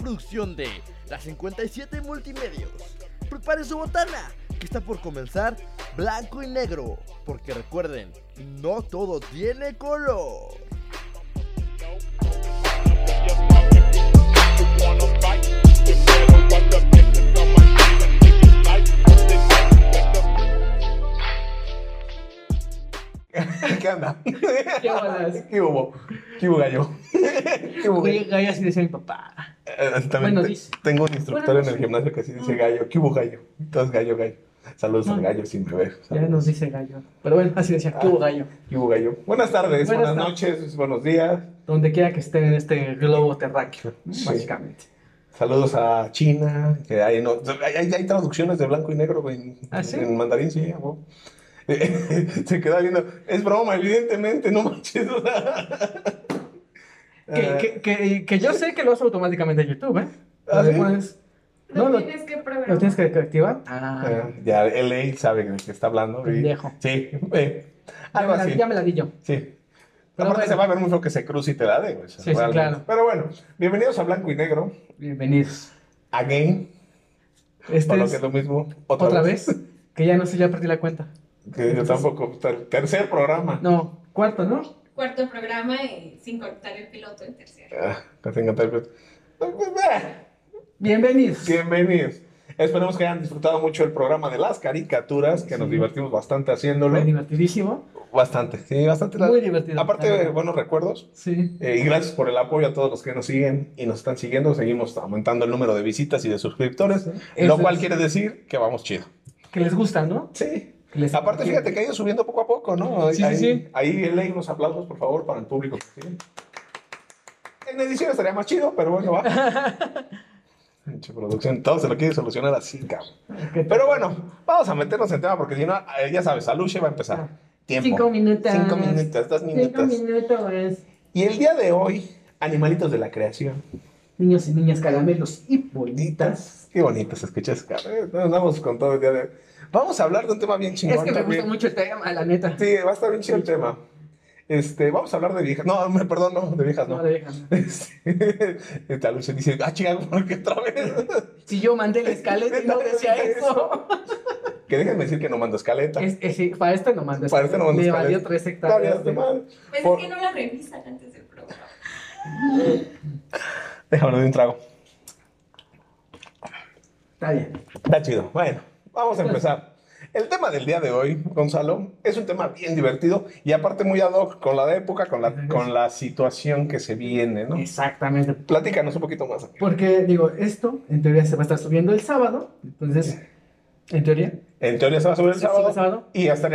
producción de La 57 Multimedios. Prepare su botana, que está por comenzar Blanco y Negro, porque recuerden, no todo tiene color. ¿Qué anda? ¿Qué bolas? ¿Qué hubo? ¿Qué hubo, gallo? ¿Qué hubo, gallo? Gallo así decía mi papá. También Bueno, dice. tengo un instructor Bueno, en el gimnasio que así dice gallo. ¿Qué hubo, gallo? Entonces, gallo. Saludos al gallo sin beber. Ya nos dice gallo. Pero bueno, así decía, ¿qué hubo, gallo? ¿Qué hubo, gallo? Buenas tardes, buenas Buenas noches, buenos días. Donde quiera que estén en este globo terráqueo, Sí. básicamente. Saludos a China, que hay traducciones de blanco y negro ¿Ah, sí? en mandarín, sí, amor. Se queda viendo, es broma, evidentemente, no manches. O sea. Que yo sé que lo hace automáticamente en YouTube, ¿eh? ¿Ah, Le sí? pones- Lo No, tienes que ¿lo programar. tienes que activar? Ya, LA sabe de qué está hablando. Pendejo. Sí, Ya algo me, la, así. ya me la di yo. Sí. Pero Aparte bueno. se va a ver muy feo que se cruce y te la dé, güey. Sí, sí, realmente. claro. Pero bueno, bienvenidos a Blanco y Negro, Bienvenidos. again, Este o lo es que es lo mismo, otra vez. Que ya no sé, ya perdí la cuenta. Que yo tampoco, tercer programa. No, cuarto, ¿no? Cuarto programa y sin cortar el piloto en tercero. Que te encanta el- Bienvenidos. Bienvenidos. Esperemos que hayan disfrutado mucho el programa de las caricaturas, que nos Sí. divertimos bastante haciéndolo. Fue divertidísimo. Bastante, sí, bastante. Muy divertido. Aparte, buenos recuerdos. Sí. Y gracias por el apoyo a todos los que nos siguen y nos están siguiendo. Seguimos aumentando el número de visitas y de suscriptores, Sí. lo Eso cual es. quiere decir que vamos chido. Que les gusta, ¿no? Sí. Que les- Aparte, fíjate que ha ido subiendo poco a poco, ¿no? Sí, ahí, sí, sí. Ahí leí unos aplausos, por favor, para el público. que sigue. En edición estaría más chido, pero bueno, va. Pinche producción, todo se lo quiere solucionar así, cabrón. Pero bueno, vamos a meternos en tema porque si no, ya sabes, Aluche va a empezar. Tiempo. 5 minutos. 5 minutos, 2 minutos. 5 minutos. Y el día de hoy, animalitos de la creación. Niños y niñas caramelos y bolitas. Qué bonito se escucha ese cabrón. Andamos con todo el día de hoy. Vamos a hablar de un tema bien chingón. Es que me también. gusta mucho el tema, la neta. Sí, va a estar bien chido el tema. Vamos a hablar de viejas. No, perdón, no, de viejas no. No, de viejas, no. Aluche dice, chinga, ¿por qué otra vez? Si yo mandé la escaleta y no decía eso. Que déjenme decir que no mando escaleta. Sí, para este no mando Para este no mando Me escaleta. valió 3 hectáreas. de mal. Pues Por- es que no la revisan antes del programa. Déjame de un trago. Está bien. Está chido. Bueno, vamos a empezar. El tema del día de hoy, Gonzalo, es un tema bien divertido y aparte muy ad hoc con la época, con la situación que se viene, ¿no? Exactamente. Platícanos un poquito más. Porque, digo, esto en teoría se va a estar subiendo el sábado. Entonces, en teoría, En teoría se va a subir el Se sube el sábado, sábado. y ya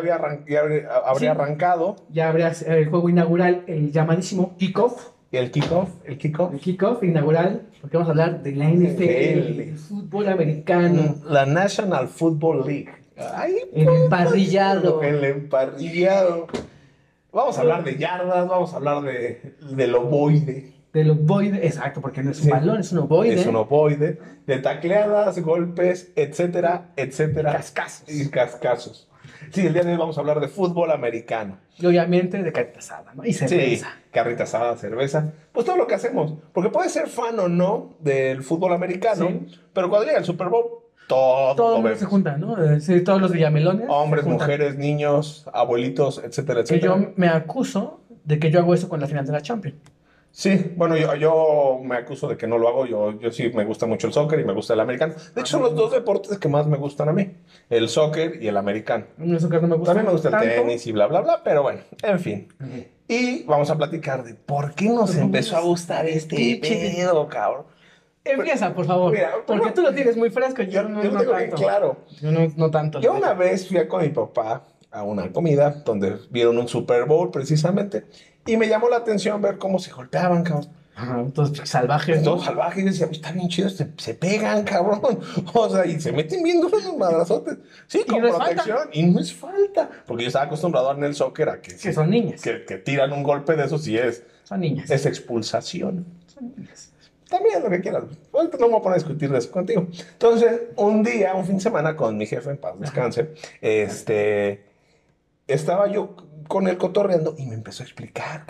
habría Sí. arrancado ya habrá el juego inaugural, el llamadísimo kickoff. el kickoff. El kickoff inaugural, porque vamos a hablar de la NFL, el fútbol americano, La National Football League. Ay, el emparrillado. el emparrillado. Vamos a hablar de yardas, vamos a hablar del ovoide. Del ovoide, exacto, porque no es un Sí. balón, es un ovoide. Es un ovoide. De tacleadas, golpes, etcétera, etcétera. Cascazos. Y cascazos. Sí, el día de hoy vamos a hablar de fútbol americano. Y obviamente de carne asada, ¿no? Y cerveza. Sí, carrita asada, cerveza. Pues todo lo que hacemos. Porque puedes ser fan o no del fútbol americano, Sí. pero cuando llega el Super Bowl, todo Todo lo el mundo vemos. se junta, ¿no? Sí, todos los villamelones. Hombres, se juntan. mujeres, niños, abuelitos, etcétera, Que etcétera. yo me acuso de que yo hago eso con la final de la Champions. Sí, bueno, yo me acuso de que no lo hago. Yo sí me gusta mucho el soccer y me gusta el americano. De hecho, son los dos deportes que más me gustan a mí. El soccer y el americano. Eso que no me gusta. También me gusta el tanto. tenis y bla, bla, bla, pero bueno, en fin. Y vamos a platicar de por qué nos empezó a gustar este Pinche- pedo, cabrón. Empieza, por favor. Mira, porque tú lo tienes muy fresco y Yo yo no, lo no tengo bien tanto. claro. Yo no tanto. Yo una vez fui con mi papá a una comida donde vieron un Super Bowl precisamente y me llamó la atención ver cómo se golpeaban, cabrón. Ajá, todos salvajes. ¿no? Todos salvajes y decía, están bien chidos, se pegan, cabrón. O sea, y se meten bien duros los madrazotes. Sí, Y con no es protección. Y no es falta. Porque yo estaba acostumbrado en el soccer a que, Que son niñas. que tiran un golpe de esos y Son niñas. es expulsación. Son niñas. También lo que quieras. Ahorita no me voy a poner a discutir de eso contigo. Entonces, un fin de semana con mi jefe, en paz descanse, estaba yo con él cotorreando y me empezó a explicar, cabrón.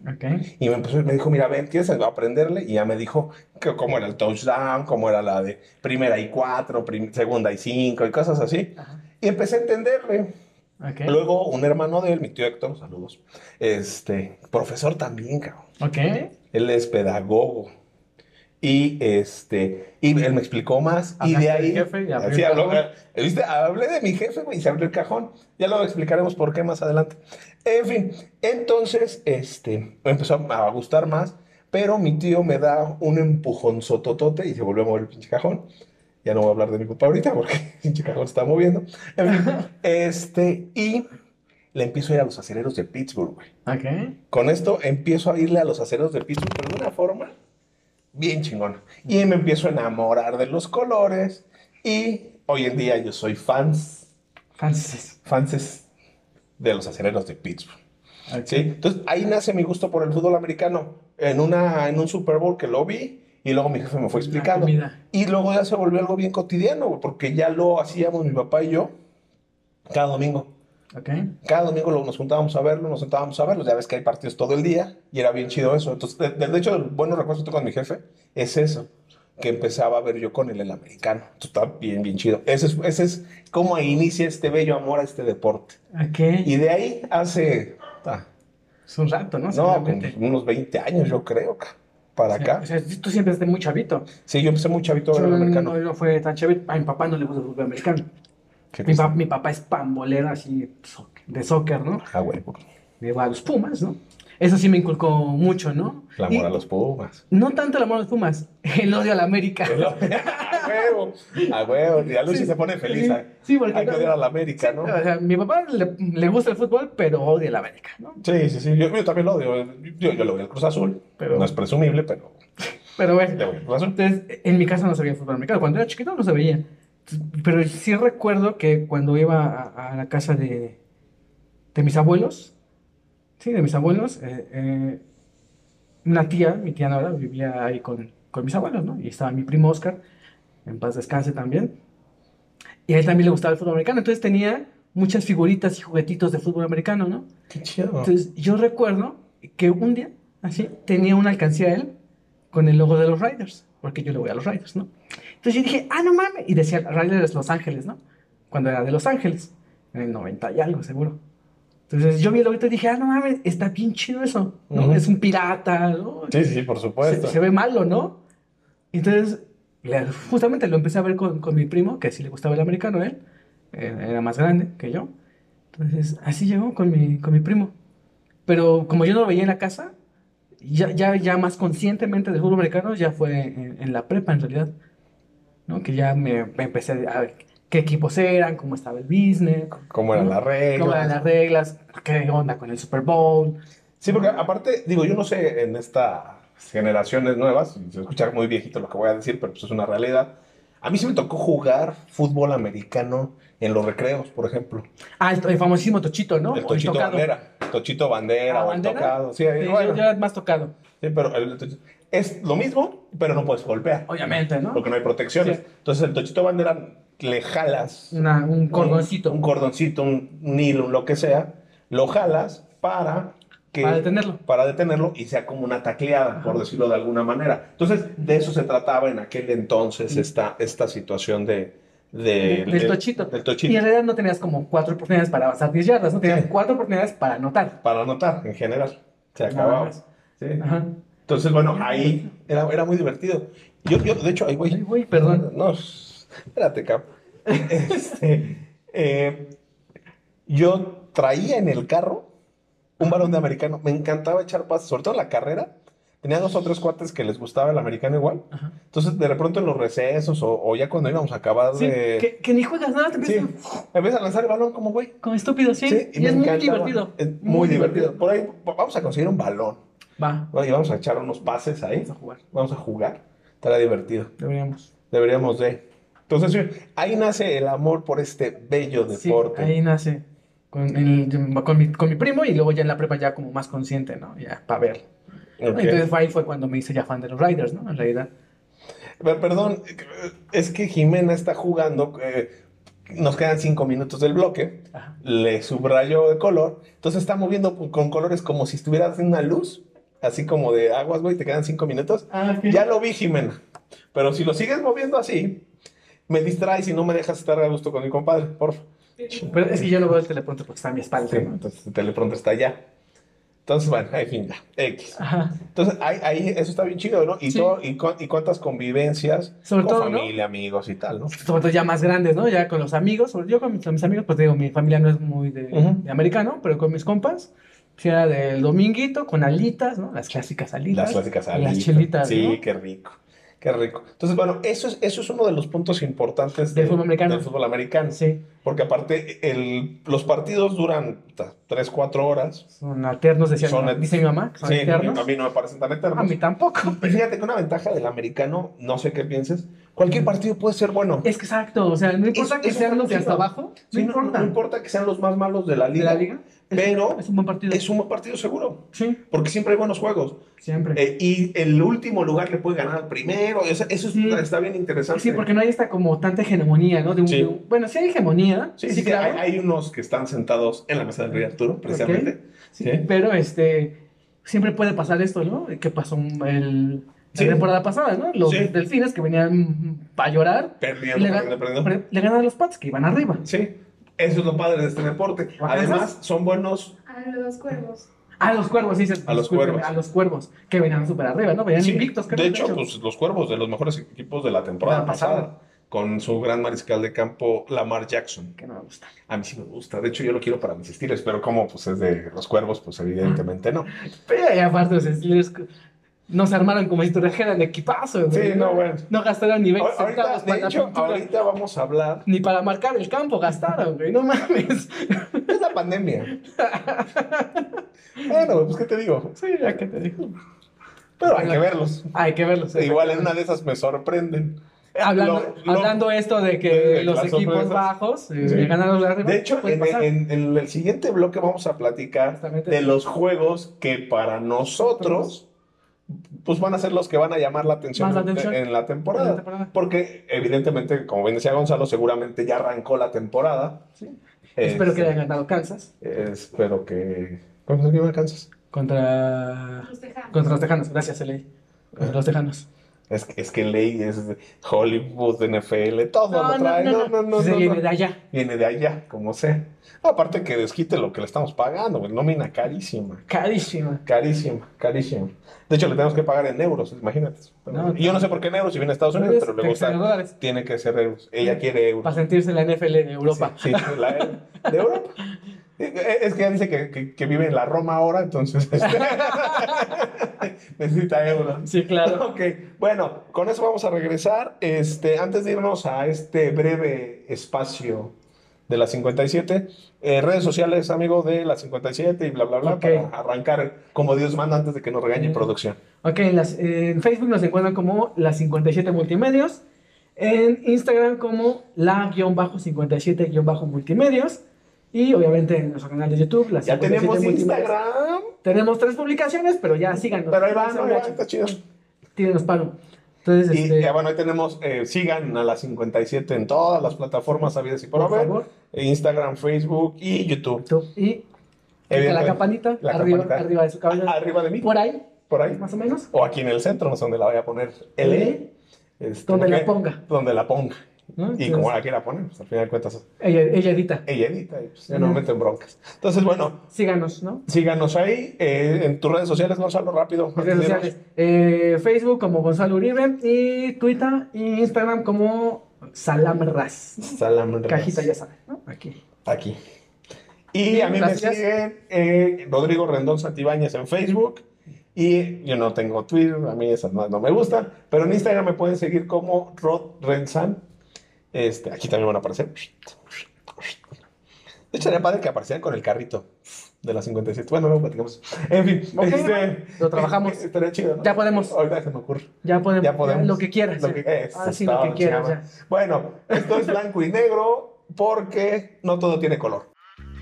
Ok. Y me dijo, mira, ven, tienes que aprenderle. Y ya me dijo que cómo era el touchdown, cómo era la de primera y 4, segunda y 5 y cosas así. Ajá. Y empecé a entenderle. Ok. Luego un hermano de él, mi tío Héctor, saludos, profesor también, cabrón. Ok. Él es pedagogo. Y él me explicó más. Y de Hablaste ahí. del jefe y abrió así el habló, cajón. ¿viste? Hablé de mi jefe, güey, y se abrió el cajón. Ya lo explicaremos por qué más adelante. En fin, entonces, me empezó a gustar más. Pero mi tío me da un empujón sototote y se volvió a mover el pinche cajón. Ya no voy a hablar de mi papá ahorita porque el pinche cajón se está moviendo. En fin, y le empiezo a ir a los acereros de Pittsburgh, güey. Ok. Con esto empiezo a irle a los aceros de Pittsburgh, pero de una forma bien chingona. Y me empiezo a enamorar de los colores. Y hoy en día yo soy fans de los acereros de Pittsburgh. Ok. ¿Sí? Entonces ahí nace mi gusto por el fútbol americano. En un Super Bowl que lo vi y luego mi jefe me fue La explicando. comida. Y luego ya se volvió algo bien cotidiano, güey, porque ya lo hacíamos mi papá y yo cada domingo. Ok. Cada domingo nos juntábamos a verlo, nos sentábamos a verlo. Ya ves que hay partidos todo el día y era bien chido eso. Entonces, de hecho, el buenos recuerdos que tengo con mi jefe es eso, que empezaba a ver yo con él el americano. Entonces, está bien, bien chido. Ese es cómo inicia este bello amor a este deporte. Ok. Y de ahí hace, Es un rato, ¿no? no, Seguramente. como unos 20 años yo creo, para acá. O sea, tú siempre estás muy chavito. Sí, yo empecé muy chavito a ver Yo el americano. no fue tan chavito. A mi papá no le gusta el fútbol americano. ¿Qué Mi papá es pambolero así de soccer, ¿no? Ah, güey, Le va a los Pumas, ¿no? Eso sí me inculcó mucho, ¿no? el amor Y a los Pumas. no tanto el amor a los Pumas, el odio a la América. A huevo, a huevo. Y a Lucy Sí, se pone feliz. sí, sí, porque hay que odiar a la América, Sí, ¿no? o sea, mi papá le gusta el fútbol, pero odia a la América, ¿no? Sí, sí, sí. Yo también lo odio. Yo lo odio al Cruz Azul. Pero- No es presumible, pero Pero le bueno, voy al Cruz Azul. entonces en mi casa no se veía fútbol americano. Cuando era chiquito no se veía. Pero sí recuerdo que cuando iba a la casa de mis abuelos, sí, de mis abuelos, una tía, mi tía Nora, vivía ahí con mis abuelos, ¿no? Y estaba mi primo Oscar, en paz descanse también. Y a él también le gustaba el fútbol americano, entonces tenía muchas figuritas y juguetitos de fútbol americano, ¿no? Qué chido. Entonces yo recuerdo que un día, así, tenía una alcancía él con el logo de los Raiders, porque yo le voy a los Raiders, ¿no? Entonces yo dije, no mames, y decía Raiders Los Ángeles, ¿no? Cuando era de Los Ángeles, en el 90 y algo, seguro. Entonces yo vi el logo y dije, no mames, está bien chido eso, ¿no? Ujú. Es un pirata, ¿no? Sí, sí, por supuesto. Se ve malo, ¿no? Entonces, justamente lo empecé a ver con mi primo, que sí le gustaba el americano a él, era más grande que yo. Entonces, así llegó con mi primo. Pero como yo no lo veía en la casa, ya más conscientemente del fútbol americano, ya fue en la prepa en realidad, ¿no? Que ya me empecé a ver qué equipos eran, cómo estaba el business, Cómo eran ¿no? las reglas. Cómo eran las reglas, qué onda con el Super Bowl. Sí, porque aparte, digo, yo no sé en estas generaciones nuevas, se escucha muy viejito lo que voy a decir, pero pues es una realidad. A mí sí me tocó jugar fútbol americano en los recreos, por ejemplo. El famosísimo Tochito, ¿no? El O Tochito tocado. Bandera. Tochito Bandera ¿Ah, o el bandera? tocado. Sí, Sí, bueno. yo era más tocado. Sí, pero es lo mismo, pero no puedes golpear. Obviamente, ¿no? Porque no hay protecciones. Sí. Entonces el Tochito Bandera le jalas Un cordoncito. un cordoncito, un hilo, lo que sea, lo jalas para Para detenerlo. y sea como una tacleada, por decirlo de alguna manera. Entonces, de eso se trataba en aquel entonces esta situación Del tochito. Del Y tochito. en realidad no tenías como 4 oportunidades para avanzar 10 yardas, ¿no? Tenías Sí. 4 oportunidades para anotar. Para anotar, en general. Se Nada acababa. más. Sí. Ajá. Entonces, bueno, ahí era muy divertido. Yo, de hecho, ahí voy. Ay, güey, perdón. No, espérate, cap. Yo traía en el carro un balón de americano. Me encantaba echar pases, sobre todo en la carrera. Tenía 2 o 3 cuates que les gustaba el americano igual. Ajá. Entonces, de repente en los recesos o ya cuando íbamos a acabar Sí, de... que ni juegas nada, te Sí, empiezas empieza a lanzar el balón como güey. como estúpido, sí. Sí, Y es muy encantaba. divertido. Es muy divertido. Por ahí vamos a conseguir un balón. Va, Y vamos a echar unos pases ahí. vamos a jugar. Vamos a jugar. Estará divertido. Deberíamos. Deberíamos de. Entonces, sí, ahí nace el amor por este bello Sí, deporte. ahí nace. Con mi primo y luego ya en la prepa ya como más consciente, ¿no? Ya, para ver. Ok. Entonces ahí fue cuando me hice ya fan de los Riders, ¿no? En realidad. Perdón, es que Jimena está jugando. Nos quedan 5 minutos del bloque. Ajá. Le subrayó de color. Entonces está moviendo con colores como si estuviera haciendo una luz. así como de aguas, güey, te quedan 5 minutos. Ah, ok. Ya lo vi, Jimena. Pero si lo sigues moviendo así, me distraes y no me dejas estar a gusto con mi compadre, por favor. Pero es que yo no veo el teleprompter porque está a mi espalda. Sí, ¿no? entonces el teleprompter está allá. Entonces, bueno, en fin, ya, X. Ajá. Entonces, ahí eso está bien chido, ¿no? Y, Sí. y cuántas convivencias Sobre con todo, ¿no? familia, amigos y tal, ¿no? Sobre todo ya más grandes, ¿no? Ya con los amigos. Yo con mis amigos, pues te digo, mi familia no es muy Ujú. de americano, pero con mis compas, sí era del dominguito con alitas, ¿no? Las clásicas alitas. Las clásicas Y alitas. las chelitas, Sí, ¿no? qué rico. Qué rico. Entonces, bueno, eso es uno de los puntos importantes Del fútbol americano. del fútbol americano. Sí. Porque aparte, los partidos duran 3, 4 horas. Son eternos, dice mi mamá, que son Sí, eternos. a mí no me parecen tan eternos. A mí tampoco. Y fíjate que una ventaja del americano, no sé qué pienses, cualquier partido puede ser bueno. Es que exacto, o sea, no importa que Eso sean está los de hasta chido. abajo, Sí, no importa. No importa que sean los más malos de la De liga, la liga, pero es un buen partido. es un buen partido seguro. Sí, Porque siempre hay buenos juegos. siempre. Y el último lugar le puede ganar al primero. Eso Sí. está bien interesante. Sí, porque no hay esta como tanta hegemonía, ¿no? Sí. Bueno, sí hay hegemonía. Sí, sí, claro. hay unos que están sentados en la mesa del Rey Arturo, precisamente. Sí, Sí. pero siempre puede pasar esto, ¿no? ¿Qué pasó Sí. la temporada pasada, ¿no? Los Sí. delfines que venían para llorar Perdiendo, perdiendo. le ganan a los Pats que iban arriba. Sí, eso es lo padre de este deporte. Ajá. Además, son buenos. A los cuervos. A los cuervos, sí, A los discúlpeme, Cuervos. a los cuervos, que venían súper arriba, ¿no? Venían Sí, invictos, creo. de hecho, pues los Cuervos, de los mejores equipos de la temporada La pasada. pasada, con su gran mariscal de campo, Lamar Jackson. Que no me gusta. A mí sí me gusta. De hecho, yo lo quiero para mis Steelers, pero como pues es de los Cuervos, pues evidentemente no. Pero y aparte los Steelers no se armaron como si trajeran equipazo, güey. Sí, no, bueno. No gastaron ni 20 Ahorita, centavos de para la hecho, pintura. ahorita vamos a hablar. Ni para marcar el campo gastaron, güey. No mames. Es la pandemia. Bueno, pues, ¿qué te digo? Sí, ya que te digo. Pero hay que verlos. Hay que verlos. Igual en una de esas me sorprenden. Hablando esto de que de los las equipos sorpresas. bajos Sí. le ganan a los de arriba. De hecho, puede pasar. en el siguiente bloque vamos a platicar Exactamente. de los juegos que para nosotros pues van a ser los que van a llamar la atención, Más la atención. en la temporada. En la temporada. Porque evidentemente, como bien decía Gonzalo, seguramente ya arrancó la temporada. Sí. Espero que hayan ganado Kansas Espero que... ¿Cuántos que iba Kansas? contra Los tejanos. los Tejanos. Gracias, Eli. Contra los Tejanos. Es que Ley es de Hollywood, NFL, todo lo trae. No. Se viene de allá. Viene de allá, como sea. Aparte que desquite lo que le estamos pagando, güey, nómina carísima. Carísima. Carísima. De hecho, le tenemos que pagar en euros, imagínate. No, y yo no sé por qué en euros, si viene a Estados Pero Unidos, es pero le gusta. $6. Tiene que ser euros. Ella quiere euros. Para sentirse en la NFL de Europa. Sí, de Europa. Es que ella dice que vive en la Roma ahora, entonces necesita euros. Sí, claro. Ok, bueno, con eso vamos a regresar. Antes de irnos a este breve espacio de la 57, redes sociales, amigo, de la 57 y bla, bla, bla, Ok. para arrancar como Dios manda antes de que nos regañe producción. Ok, en Facebook nos encuentran como la 57 Multimedios. En Instagram como la-57-multimedios. Y obviamente en nuestro canal de YouTube, la Ya 57 tenemos Multimedios. Instagram, Tenemos 3 publicaciones, pero ya síganos. pero ahí va, No se ¿no? Ahí va, agachen. está chido. Tírenos palo. Entonces, Y ya bueno, ahí tenemos, sigan a la 57 en todas las plataformas habidas y por por haber. favor. Instagram, Facebook y YouTube. Y Evidentemente, la campanita, la arriba, campanita. arriba de su cabeza. Arriba de mí, Por ahí, por ahí. más o menos. O aquí en el centro, no sé dónde la voy a poner. L. Donde la ¿qué? ponga. Donde la ponga. ¿no? Y Entonces, como la quiera poner, pues al final de cuentas, ella edita. ella edita y pues ya no me meto en broncas. Entonces, bueno, Síganos, ¿no? síganos ahí en tus redes sociales, Gonzalo, rápido. Mis redes sociales. Facebook como Gonzalo Uribe y Twitter y Instagram como Salamras. Salam. Cajita, ya saben, ¿no? Aquí. Aquí. Y Bien, a mí gracias. me siguen Rodrigo Rendón Santibáñez en Facebook. Y yo no tengo Twitter, a mí esas no me gustan. Pero en Instagram me pueden seguir como Rod Rensan. Aquí también van a aparecer. De hecho, sería padre que aparecieran con el carrito de la 57. Bueno, no platicamos. En fin, Ok, lo trabajamos. Estaría chido, ¿no? Ya podemos. Ahorita se me ocurre. Ya podemos. Ya podemos. Lo que quieras. Lo que, Ahora sí, lo que quieras. Ya. Bueno, esto es blanco y negro porque no todo tiene color.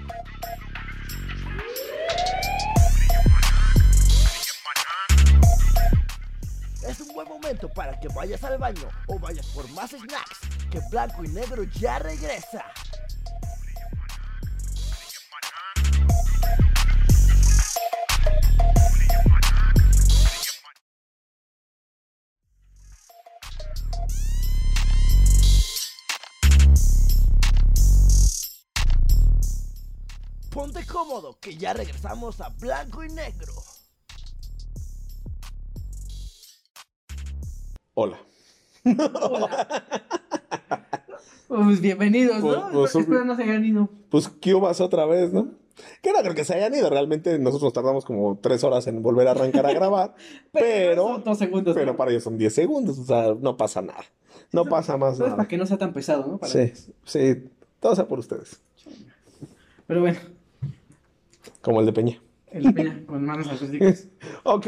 Es un buen momento para que vayas al baño o vayas por más snacks, que Blanco y Negro ya regresa. Ponte cómodo, que ya regresamos a Blanco y Negro. Hola. Pues bienvenidos, ¿no? Pues, Espero no se hayan ido. Pues, ¿qué vas otra vez, no? Que no creo que se hayan ido. Realmente nosotros tardamos como 3 horas en volver a arrancar a grabar. pero son 2 segundos. Pero ¿no? para ellos son 10 segundos. O sea, no pasa nada. No pasa más Entonces, nada. para que no sea tan pesado, ¿no? Para Sí, ellos. sí. Todo sea por ustedes. Pero bueno, Como el de Peña. el Peña con manos atléticas. Ok.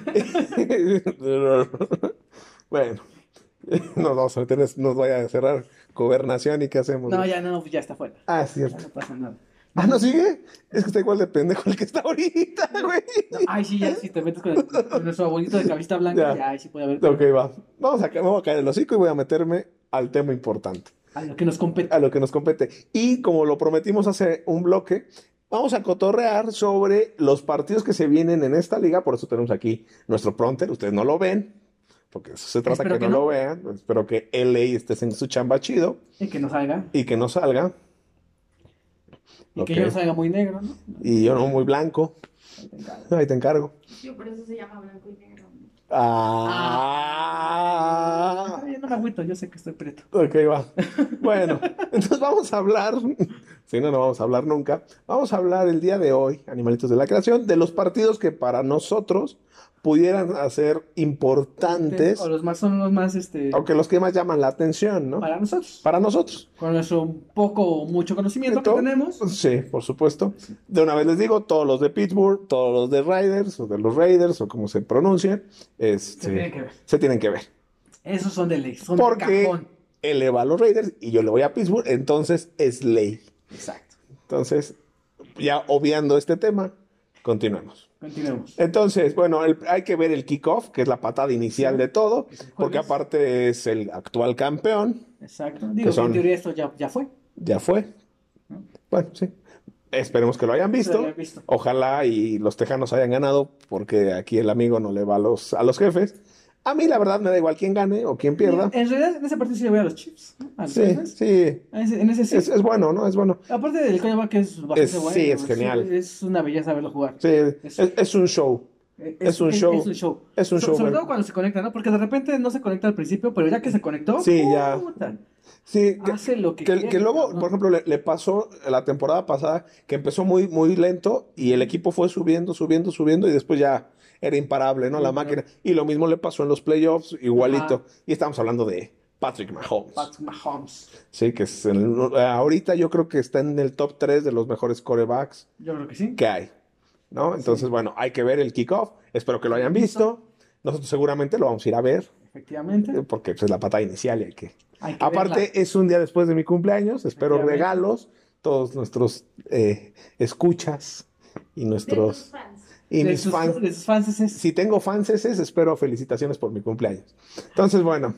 Bueno. Nos vamos a meter, nos vaya a cerrar gobernación y ¿qué hacemos? No, ya está fuera. Ah, es Ya cierto. no pasa nada. Ah, ¿no sigue? Es que está igual de pendejo el que está ahorita, güey. No, ay, sí, ya, si te metes con nuestro abuelito de cabeza blanca, ya, ahí sí puede haber. Ok, va. Me voy a caer el hocico y voy a meterme al tema importante. A lo que nos compete. A lo que nos compete. Y como lo prometimos hace un bloque, vamos a cotorrear sobre los partidos que se vienen en esta liga. Por eso tenemos aquí nuestro prompter. Ustedes no lo ven, porque eso se trata Espero que que no no. lo vean. Espero que LA esté haciendo su chamba chido Y que no salga. y que no salga. Y Ok. que yo no salga muy negro, ¿no? Y yo no muy blanco. Ahí te encargo. Ahí te encargo. Sí, por eso se llama blanco y negro. Ah. Ay, no me agüito, yo sé que estoy preto. Ok, va. Bueno, entonces vamos a hablar, si no, no vamos a hablar nunca. Vamos a hablar el día de hoy, Animalitos de la Creación, de los partidos que para nosotros pudieran ser importantes, O los más son los más, aunque los que más llaman la atención, ¿no? para nosotros. Para nosotros. Con nuestro poco o mucho conocimiento que tenemos. Sí, por supuesto. De una vez les digo, todos los de Pittsburgh, todos los de Raiders, o de los Raiders, o como se pronuncien, Se tienen que ver. se tienen que ver. Esos son de ley, son de Porque cajón. él le va a los Raiders y yo le voy a Pittsburgh, entonces es ley. Exacto. Entonces, ya obviando este tema, continuemos. Continuemos. Entonces, bueno, hay que ver el kickoff, que es la patada inicial de todo, Es el jueves. porque aparte es el actual campeón, Exacto. Digo, son- en teoría esto ya fue. ya fue. Bueno, sí. Esperemos que lo hayan visto. Lo hayan visto. Ojalá y los tejanos hayan ganado, porque aquí el amigo no le va a los jefes. A mí, la verdad, me da igual quién gane o quién pierda. En realidad, en ese partido sí le voy a los Chiefs, ¿no? A los Sí, Ravens. sí. En ese sí. Es bueno, ¿no? Es bueno. Aparte del coreback que es bastante Es- bueno. sí, es genial. Es una belleza verlo jugar. Sí, es un show. Es un show. Es un show. Es un show, Sobre ver- todo cuando se conecta, ¿no? Porque de repente no se conecta al principio, pero ya que se conectó, Sí, ya. puta, Sí, hace lo que que quiere, luego, cabrón. por ejemplo, le pasó la temporada pasada que empezó muy, muy lento y el equipo fue subiendo y después ya era imparable, ¿no? La Ujú. máquina. Y lo mismo le pasó en los playoffs, igualito. Ajá. Y estamos hablando de Patrick Mahomes. Patrick Mahomes. Sí, que es ahorita yo creo que está en el top 3 de los mejores quarterbacks Yo creo que sí. que hay, ¿no? Entonces, bueno, hay que ver el kickoff. Espero que lo hayan visto. Nosotros seguramente lo vamos a ir a ver, Efectivamente. porque pues, es la patada inicial y hay que... Hay que Aparte, verla. es un día después de mi cumpleaños. Espero Efectivamente. regalos, todos nuestros escuchas y De tus nuestros fans. y De mis sus- fans. de sus fans es Si tengo fanses, espero felicitaciones por mi cumpleaños. Entonces, bueno,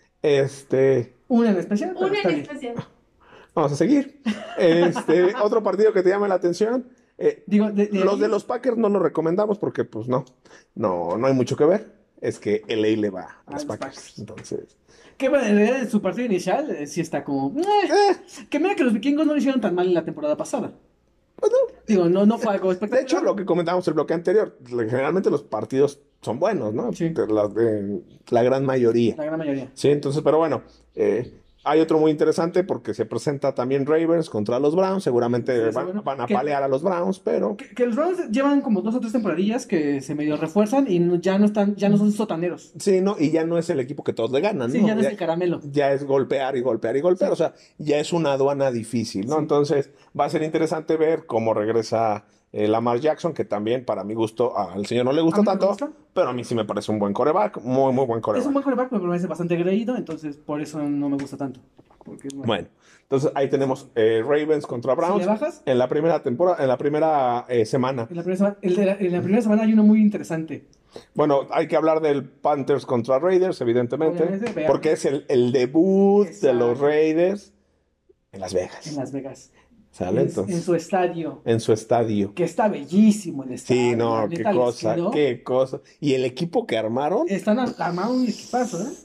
una en especial, pero Una está en bien. especial. vamos a seguir. Otro partido que te llame la atención. Digo, Los de los Packers no los recomendamos porque, pues, no hay mucho que ver. Es que LA le va a los los Packers. Packers. Entonces, Que bueno, en realidad en su partido inicial sí está como... Que mira que los vikingos no lo hicieron tan mal en la temporada pasada. Digo, no fue algo de espectacular. hecho, lo que comentábamos el bloque anterior, generalmente los partidos son buenos, ¿no? Sí. La gran mayoría. La gran mayoría. Sí, entonces, pero bueno, hay otro muy interesante porque se presenta también Ravens contra los Browns. Seguramente Sí, sí, bueno. van a ¿Qué? palear a los Browns, pero Que los Browns llevan como 2 o 3 temporadillas que se medio refuerzan y ya no son sotaneros. sí, no, y ya no es el equipo que todos le ganan, Sí, ¿no? ya no es el caramelo. Ya es golpear y golpear y golpear, o sea, ya es una aduana difícil, ¿no? Sí. Entonces, va a ser interesante ver cómo regresa Lamar Jackson, que también para mi gusto al señor no le gusta ¿A mí me tanto, gusta? pero a mí sí me parece un buen coreback, muy, muy buen Es coreback. un buen quarterback, pero me parece bastante agreído, entonces por eso no me gusta tanto. Porque es Bueno, entonces ahí tenemos Ravens contra Browns ¿le bajas? en la primera temporada, en la primera semana. En la primera semana, en la primera semana hay uno muy interesante. Bueno, hay que hablar del Panthers contra Raiders, evidentemente, Obviamente, veamos. porque es el debut de Exacto. los Raiders en Las Vegas. En Las Vegas. ¿Sale? En Entonces, su estadio. en su estadio. Que está bellísimo el estadio. Sí, la no, qué neta, les cosa, quedó. qué cosa. Y el equipo que armaron, Están armando un equipazo, ¿eh?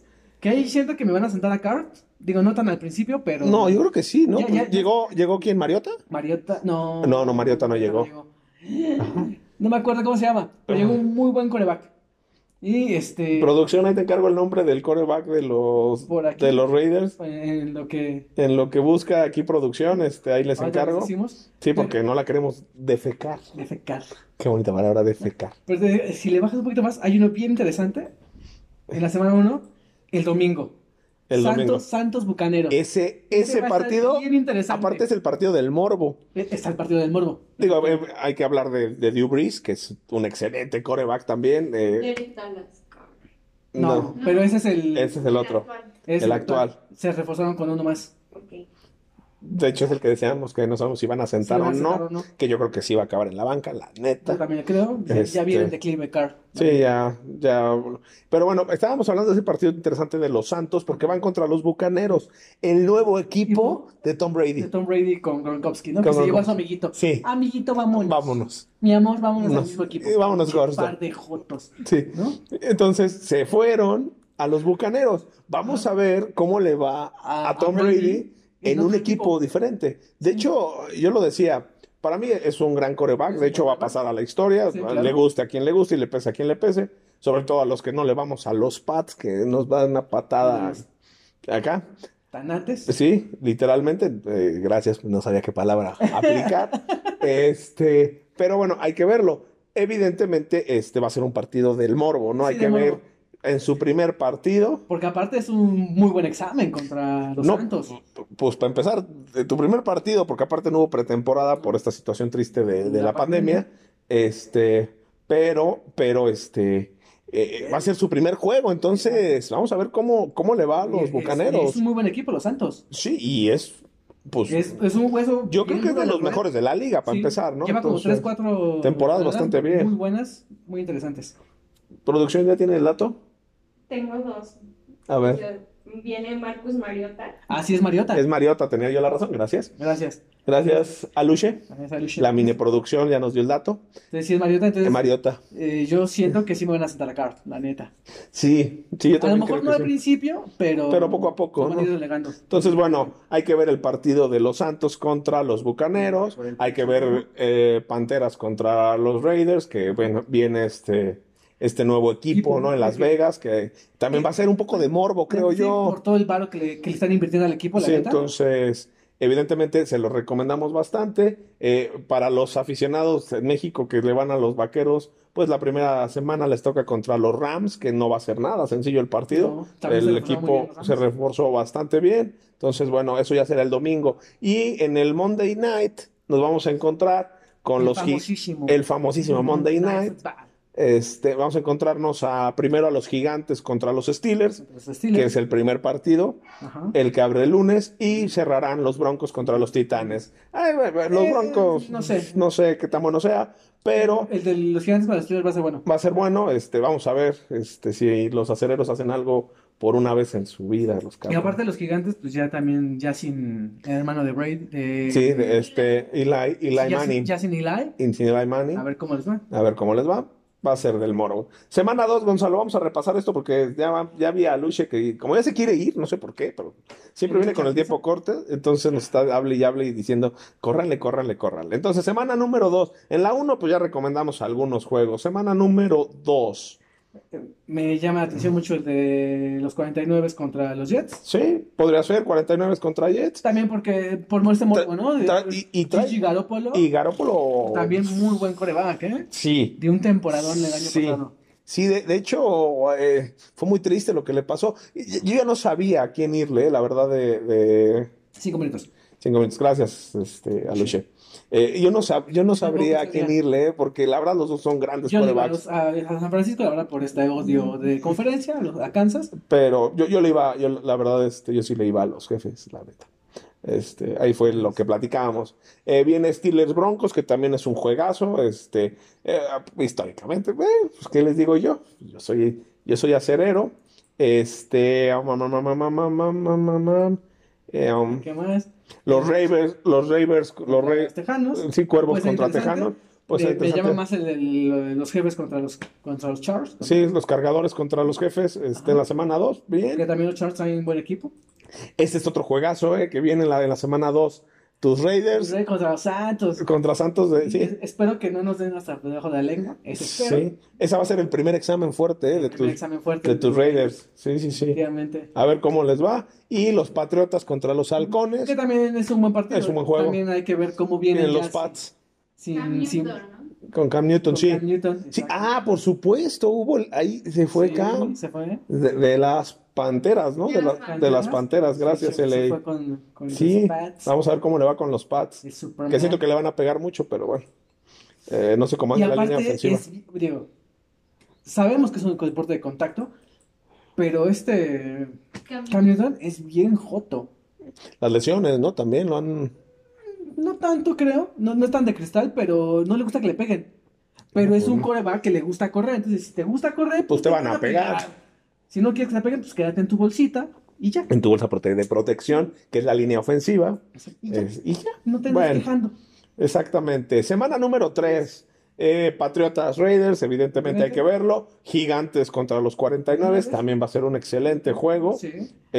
Que ahí siento que me van a sentar a Carr. Digo, no tan al principio, pero... No, yo creo que sí, ¿no? Ya. ¿Llegó quién? ¿Mariota? Mariota, no. No, Mariota no llegó. No me acuerdo cómo se llama, pero llegó un muy buen coreback. Y Producción, ahí te encargo el nombre del quarterback por aquí, de los Raiders. en lo que En lo que busca aquí producción, ahí les ahorita encargo. decimos, Sí, porque no la queremos defecar. defecar. Qué bonita palabra, defecar. Pero si le bajas un poquito más, hay uno bien interesante. En la semana 1, el domingo. El domingo. Santos Bucaneros. Ese va a estar partido, bien interesante. aparte es el partido del morbo. Está el partido del morbo. Digo, hay que hablar de Drew Brees, que es un excelente quarterback también. Derek Dallas. No, pero ese es el... Ese es el otro. es el actual. Se reforzaron con uno más. Ok. De hecho, es el que decíamos que no sabemos si van a sentar, Si van a sentar o o no. que yo creo que sí va a acabar en la banca, la Yo neta. también creo. Ya viene el declive Carr. Sí, ya. Pero bueno, estábamos hablando de ese partido interesante de los Santos porque van contra los Bucaneros, el nuevo equipo de Tom Brady. De Tom Brady con Gronkowski, ¿no? Con Que se llevó a su Gronkowski. amiguito. Sí. Amiguito, vámonos. Vámonos. Mi amor, vámonos al Nos- mismo equipo. vámonos, Gordo. Par de jotos. Sí. ¿No? Entonces se fueron a los Bucaneros. Vamos a ver cómo le va a Tom Brady en un otro equipo diferente. De hecho, yo lo decía, para mí es un gran quarterback. De hecho, va a pasar a la historia. Sí, claro. Le guste a quien le guste y le pese a quien le pese. Sobre todo a los que no le vamos a los Pats, que nos dan una patada acá. Tanates. Sí, literalmente. Gracias, no sabía qué palabra aplicar. Pero bueno, hay que verlo. Evidentemente, va a ser un partido del morbo, ¿no? Sí, Hay que del ver morbo. en su primer partido. Porque aparte es un muy buen examen contra los No, Santos. pues para empezar, de tu primer partido, porque aparte no hubo pretemporada por esta situación triste de la pandemia. Pero, va a ser su primer juego, entonces vamos a ver cómo le va a los Bucaneros. Es un muy buen equipo, los Santos. Sí, y pues, Es un hueso. yo creo bien que es de duro los roer. mejores de la liga, para Sí, empezar, ¿no? Lleva como Entonces, 3, 4 temporadas bastante bien. Muy buenas, muy interesantes. ¿Producción ya tiene el dato? Tengo dos. A ver. Viene Marcus Mariota. Así es Mariota. Es Mariota, tenía yo la razón, gracias. Gracias. Gracias a Luche. Gracias a Lucia. La mini producción ya nos dio el dato. Entonces, si es Mariota, entonces Mariota. yo siento que sí me van a sentar a Carr, la neta. Sí, yo A lo también mejor creo no que al sí. principio, pero poco a poco, van ¿no? a ir delegando. Entonces, bueno, hay que ver el partido de los Santos contra los Bucaneros. Hay que ver Panteras contra los Raiders, que bueno, viene este nuevo equipo, ¿no? En Las Vegas, que también va a ser un poco de morbo, creo Sí, yo. por todo el varo que le están invirtiendo al equipo, la Sí, neta. entonces, evidentemente se lo recomendamos bastante. Para los aficionados en México que le van a los Vaqueros, pues la primera semana les toca contra los Rams, que no va a ser nada sencillo el partido. No, también se El reforzaron muy equipo bien los Rams. se reforzó bastante bien. Entonces, bueno, eso ya será el domingo. Y en el Monday Night nos vamos a encontrar con el famosísimo Monday Night. Vamos a encontrarnos primero a los Gigantes contra los Steelers, Los Steelers. que es el primer partido, Ajá. el que abre el lunes, y cerrarán los Broncos contra los Titanes. Ay, los Broncos, no sé. no sé qué tan bueno sea, pero El de los Gigantes con los Steelers va a ser bueno. va a ser bueno. Vamos a ver si los acereros hacen algo por una vez en su vida, los Y cabrones. aparte los Gigantes, pues ya también, ya sin el hermano de Braid. Sí, Eli Manning. Ya sin Eli. Sin Eli Manning. A ver cómo les va. A ver cómo les va. Va a ser del morbo. Semana 2, Gonzalo, vamos a repasar esto porque ya vi a Luche que como ya se quiere ir, no sé por qué, pero siempre viene con el tiempo corto, entonces nos está hable y diciendo, córranle. Entonces, semana número 2. En la 1, pues ya recomendamos algunos juegos. Semana número 2. Me llama la atención mucho el de los 49 contra los Jets. Sí, podría ser 49 contra Jets. También porque por ese morbo, ¿no? Trae- Gigi Garoppolo. Y Garoppolo. También muy buen coreback, ¿eh? Sí. De un temporadón el año Sí. pasado. Sí, de hecho, fue muy triste lo que le pasó. Yo ya no sabía a quién irle, la verdad, de 5 minutos. 5 minutos. Gracias, a Luche. Yo no sabría a quién irle, porque la verdad los dos son grandes Yo le iba quarterbacks. a San Francisco, la verdad, por este odio de conferencia, a Kansas. Pero yo le iba, la verdad, yo sí le iba a los Jefes, la neta. Ahí fue lo que platicábamos. Viene Steelers Broncos, que también es un juegazo. Históricamente, pues, ¿qué les digo yo? Yo soy acerero. ¿Qué más? Los Ravens, Tejanos. sí, Cuervos Puede ser contra interesante. Tejanos. Pues Me interesante. llama más lo de los jefes contra los Chargers. Sí, los cargadores contra los jefes en la semana 2. Que Bien. también los Chargers traen un buen equipo. Este es otro juegazo, que viene en la semana 2. Tus Raiders Contra los Santos. contra Santos. Sí. Espero que no nos den hasta debajo de la lengua. Eso espero. Sí. Esa va a ser el primer examen fuerte, de Primer tus, examen fuerte de tus Raiders. Sí. Efectivamente. A ver cómo les va. Y los Patriotas contra los Halcones. Que también es un buen partido. Es un buen juego. También hay que ver cómo vienen Vienen ya los Pats Cam sin Newton, ¿no? con Cam Newton, con sí. Cam Newton. Sí, Exacto. por supuesto, ahí se fue Sí, Cam. se fue. De las Panteras, ¿no? De las Panteras, gracias, Se LA. fue con Sí, los Pats. vamos a ver cómo le va con los Pats. El Superman. Que siento que le van a pegar mucho, pero bueno. No sé cómo Y anda la línea aparte, ofensiva. digo, sabemos que es un deporte de contacto, pero Cam Newton es bien joto. Las lesiones, ¿no? También lo han. No tanto, creo. No es tan de cristal, pero no le gusta que le peguen. Pero es un quarterback que le gusta correr. Entonces, si te gusta correr, Pues te van a pegar. Si no quieres que te peguen, pues quédate en tu bolsita y ya. En tu bolsa de protección, que es la línea ofensiva. Y ya. Y ya. No te andes Bueno, quejando. exactamente. Semana número 3. Patriotas Raiders, evidentemente hay que verlo. Gigantes contra los 49, también va a ser un excelente juego. Sí.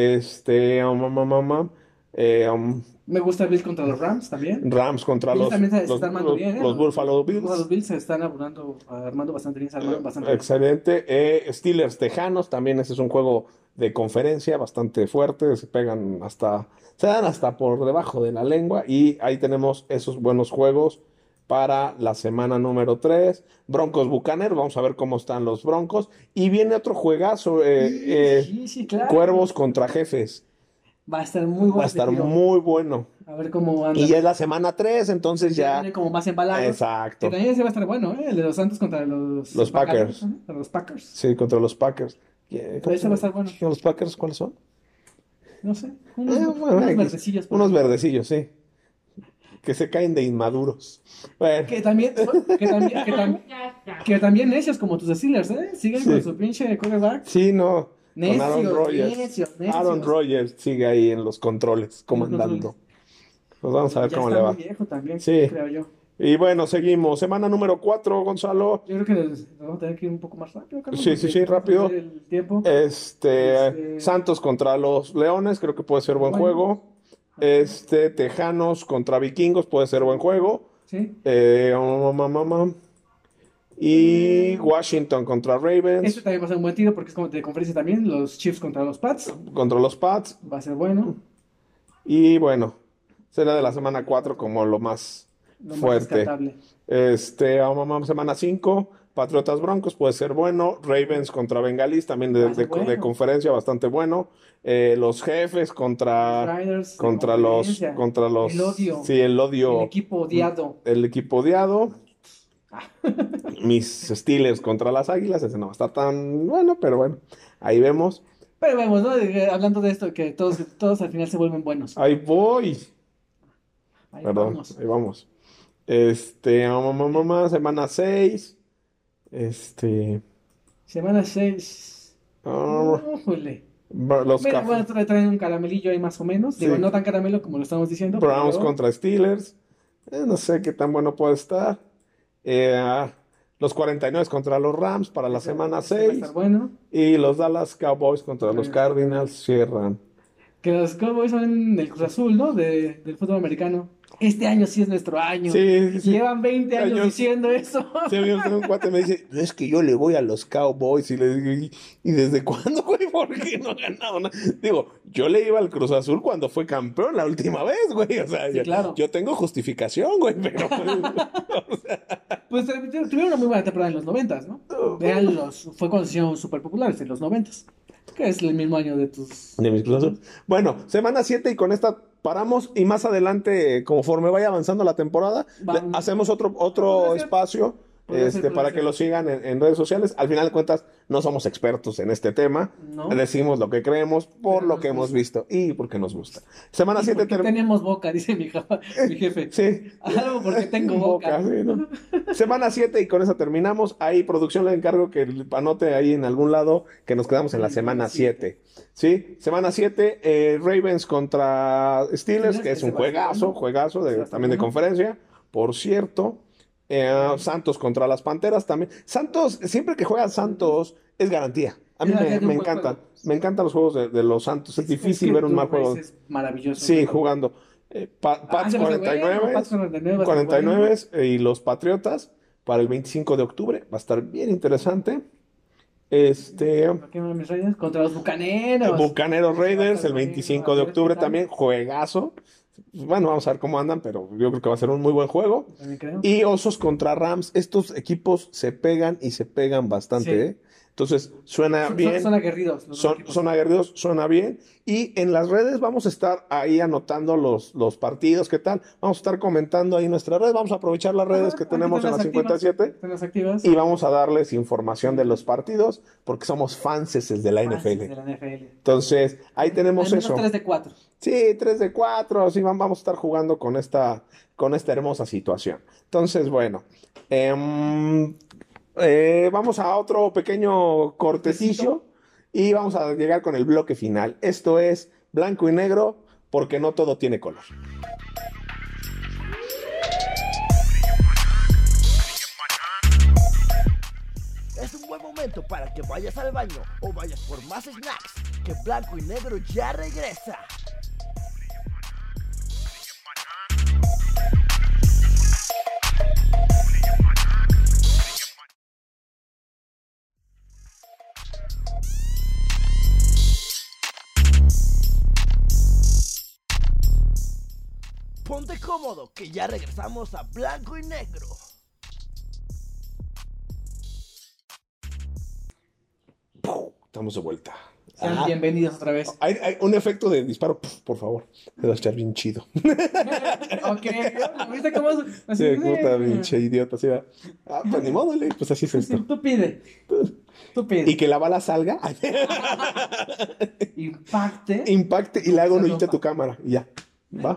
Me gusta Bills contra los Rams también. Rams contra Ellos los, también se los, están armando los- bien, los Buffalo Bills. Los Bills se están armando bastante bien, se armaron bastante bien. Excelente. Steelers Tejanos, también ese es un juego de conferencia bastante fuerte. Se dan hasta por debajo de la lengua. Y ahí tenemos esos buenos juegos para la semana número 3. Broncos Buccaneers, vamos a ver cómo están los Broncos. Y viene otro juegazo, Sí, claro. Cuervos contra Jefes. Va a estar muy bueno. Va a ese estar tiro. muy bueno. A ver cómo anda. Y ya es la semana 3, entonces ya. Viene como más embalado. Exacto. Que también ese va a estar bueno, ¿eh? El de los Santos contra los Packers. Ajá, contra los Packers. Sí, contra los Packers. Ese va a estar bueno. ¿Los Packers cuáles son? No sé. Unos Bueno, verdecillos. por unos ahí. verdecillos, sí. Que se caen de inmaduros. Bueno, Que también, que también necios como tus Steelers, ¿eh? Siguen Sí. con su pinche quarterback. sí, no. Con Necios, Aaron Rodgers. necios. Aaron Rodgers sigue ahí en los controles, comandando. Pues vamos a ver Ya cómo está le va. muy viejo también, Sí. creo yo. Y bueno, seguimos. Semana número 4, Gonzalo. Yo creo que nos vamos a tener que ir un poco más rápido, Carlos, Sí, porque rápido. el tiempo. Santos contra los Leones, creo que puede ser buen Bueno. juego. Tejanos contra Vikingos, puede ser buen juego. Sí. Y Washington contra Ravens, Este también va a ser un buen tiro porque es como de conferencia también. Los Chiefs contra los Pats. contra los Pats. Va a ser bueno. Y bueno, será de la semana 4 como lo más Lo más fuerte. rescatable. Semana 5, Patriotas Broncos puede ser bueno. Ravens contra Bengalis, también Va a ser de bueno. conferencia, bastante bueno. Los Jefes contra Riders de contra conferencia. los El odio. sí, el odio. El equipo odiado. El equipo odiado. Mis Steelers contra las Águilas, ese no va a estar tan bueno, pero bueno, ahí vemos. Pero vemos, ¿no? Hablando de esto, que todos al final se vuelven buenos. Ahí voy. Ahí Perdón, vamos. ahí vamos. Semana 6. Semana 6. Ah, los Mira, Caf- bueno, traen un caramelillo ahí más o menos. Digo, Sí. no tan caramelo como lo estamos diciendo. Browns pero contra Steelers. No sé qué tan bueno puede estar. Los 49 contra los Rams para la semana ese va a 6. estar bueno. Y los Dallas Cowboys contra los Cardinals cierran. Que los Cowboys son del Cruz Azul, ¿no? Del fútbol americano. Este año sí es nuestro año. Sí, sí. Llevan 20 años Años. diciendo eso. Sí, un cuate me dice, es que yo le voy a los Cowboys. Y le digo, ¿y desde cuándo, güey? ¿Por qué no ha ganado nada? Digo, yo le iba al Cruz Azul cuando fue campeón la última vez, güey. O sea, Sí, claro. yo tengo justificación, güey, pero... o sea, Pues tuvieron una muy buena temporada en los 90, ¿no? Fue cuando se hicieron súper populares en los 90. Que es el mismo año de tus... de mis Cruz Azul. Bueno, semana 7 y con esta paramos. Y más adelante, conforme vaya avanzando la temporada, Vamos. hacemos otro Podría ser. espacio. Podría ser, Para podría que ser. lo sigan en redes sociales. Al final de cuentas, no somos expertos en este tema. No. Decimos lo que creemos por Pero lo nos que hemos gusta. visto y porque nos gusta. Semana 7 Porque tenemos boca, dice mi jefe. Sí. Algo porque tengo boca. Sí, ¿no? Semana 7 y con eso terminamos. Ahí, producción, le encargo que anote ahí en algún lado que nos quedamos en la semana 7. ¿Sí? Semana 7, Ravens contra Steelers, que es un ese va a estar bueno. juegazo Ese va a estar también de bueno. conferencia. Por cierto, Santos contra las Panteras también. Santos, siempre que juega Santos, es garantía. A mí Es garantía de un me buen encanta. juego. Me encantan los juegos de los Santos. Es difícil ver un mal juego. Es maravilloso. Sí, jugando. Pats se me hace bueno, 49, Pats 49 va a estar 49 y los Patriotas para el 25 de octubre. Va a estar bien interesante. ¿Qué más, mis Raiders? Contra los Bucaneros. Bucaneros Raiders el bueno, 25 a de ver octubre qué tal. también. Juegazo. Bueno, vamos a ver cómo andan, pero yo creo que va a ser un muy buen juego. También creo. Y Osos contra Rams. Estos equipos se pegan y se pegan bastante, Sí. ¿eh? Entonces, suena bien. Son aguerridos. Los dos equipos. Son aguerridos, suena bien. Y en las redes vamos a estar ahí anotando los partidos, ¿qué tal? Vamos a estar comentando ahí en nuestras redes. Vamos a aprovechar las redes Ajá, que aquí tenemos en la tenlas activas, 57 tenlas activas. y vamos a darles información de los partidos porque somos fanses de la Fanses NFL. de la NFL. Entonces, ahí tenemos Al menos eso. 3 de 4. Sí, 3 de 4, sí, vamos a estar jugando con esta hermosa situación. Entonces, bueno, vamos a otro pequeño cortecillo y vamos a llegar con el bloque final. Esto es blanco y negro porque no todo tiene color. Es un buen momento para que vayas al baño o vayas por más snacks, que Blanco y Negro ya regresa. Ponte cómodo, que ya regresamos a Blanco y Negro. Estamos de vuelta. Sean bienvenidos otra vez. Hay un efecto de disparo, por favor. Se va a echar bien chido. Ok, ¿viste cómo? Así, Sí, puta, pinche idiota. Así va. Pues ni modo, Ley, pues así es esto. Tú pide. Tú pide. Y que la bala salga, Impacte. impacte y le haga un Se hoyito a rompa. tu cámara. Y ya. ¿Va?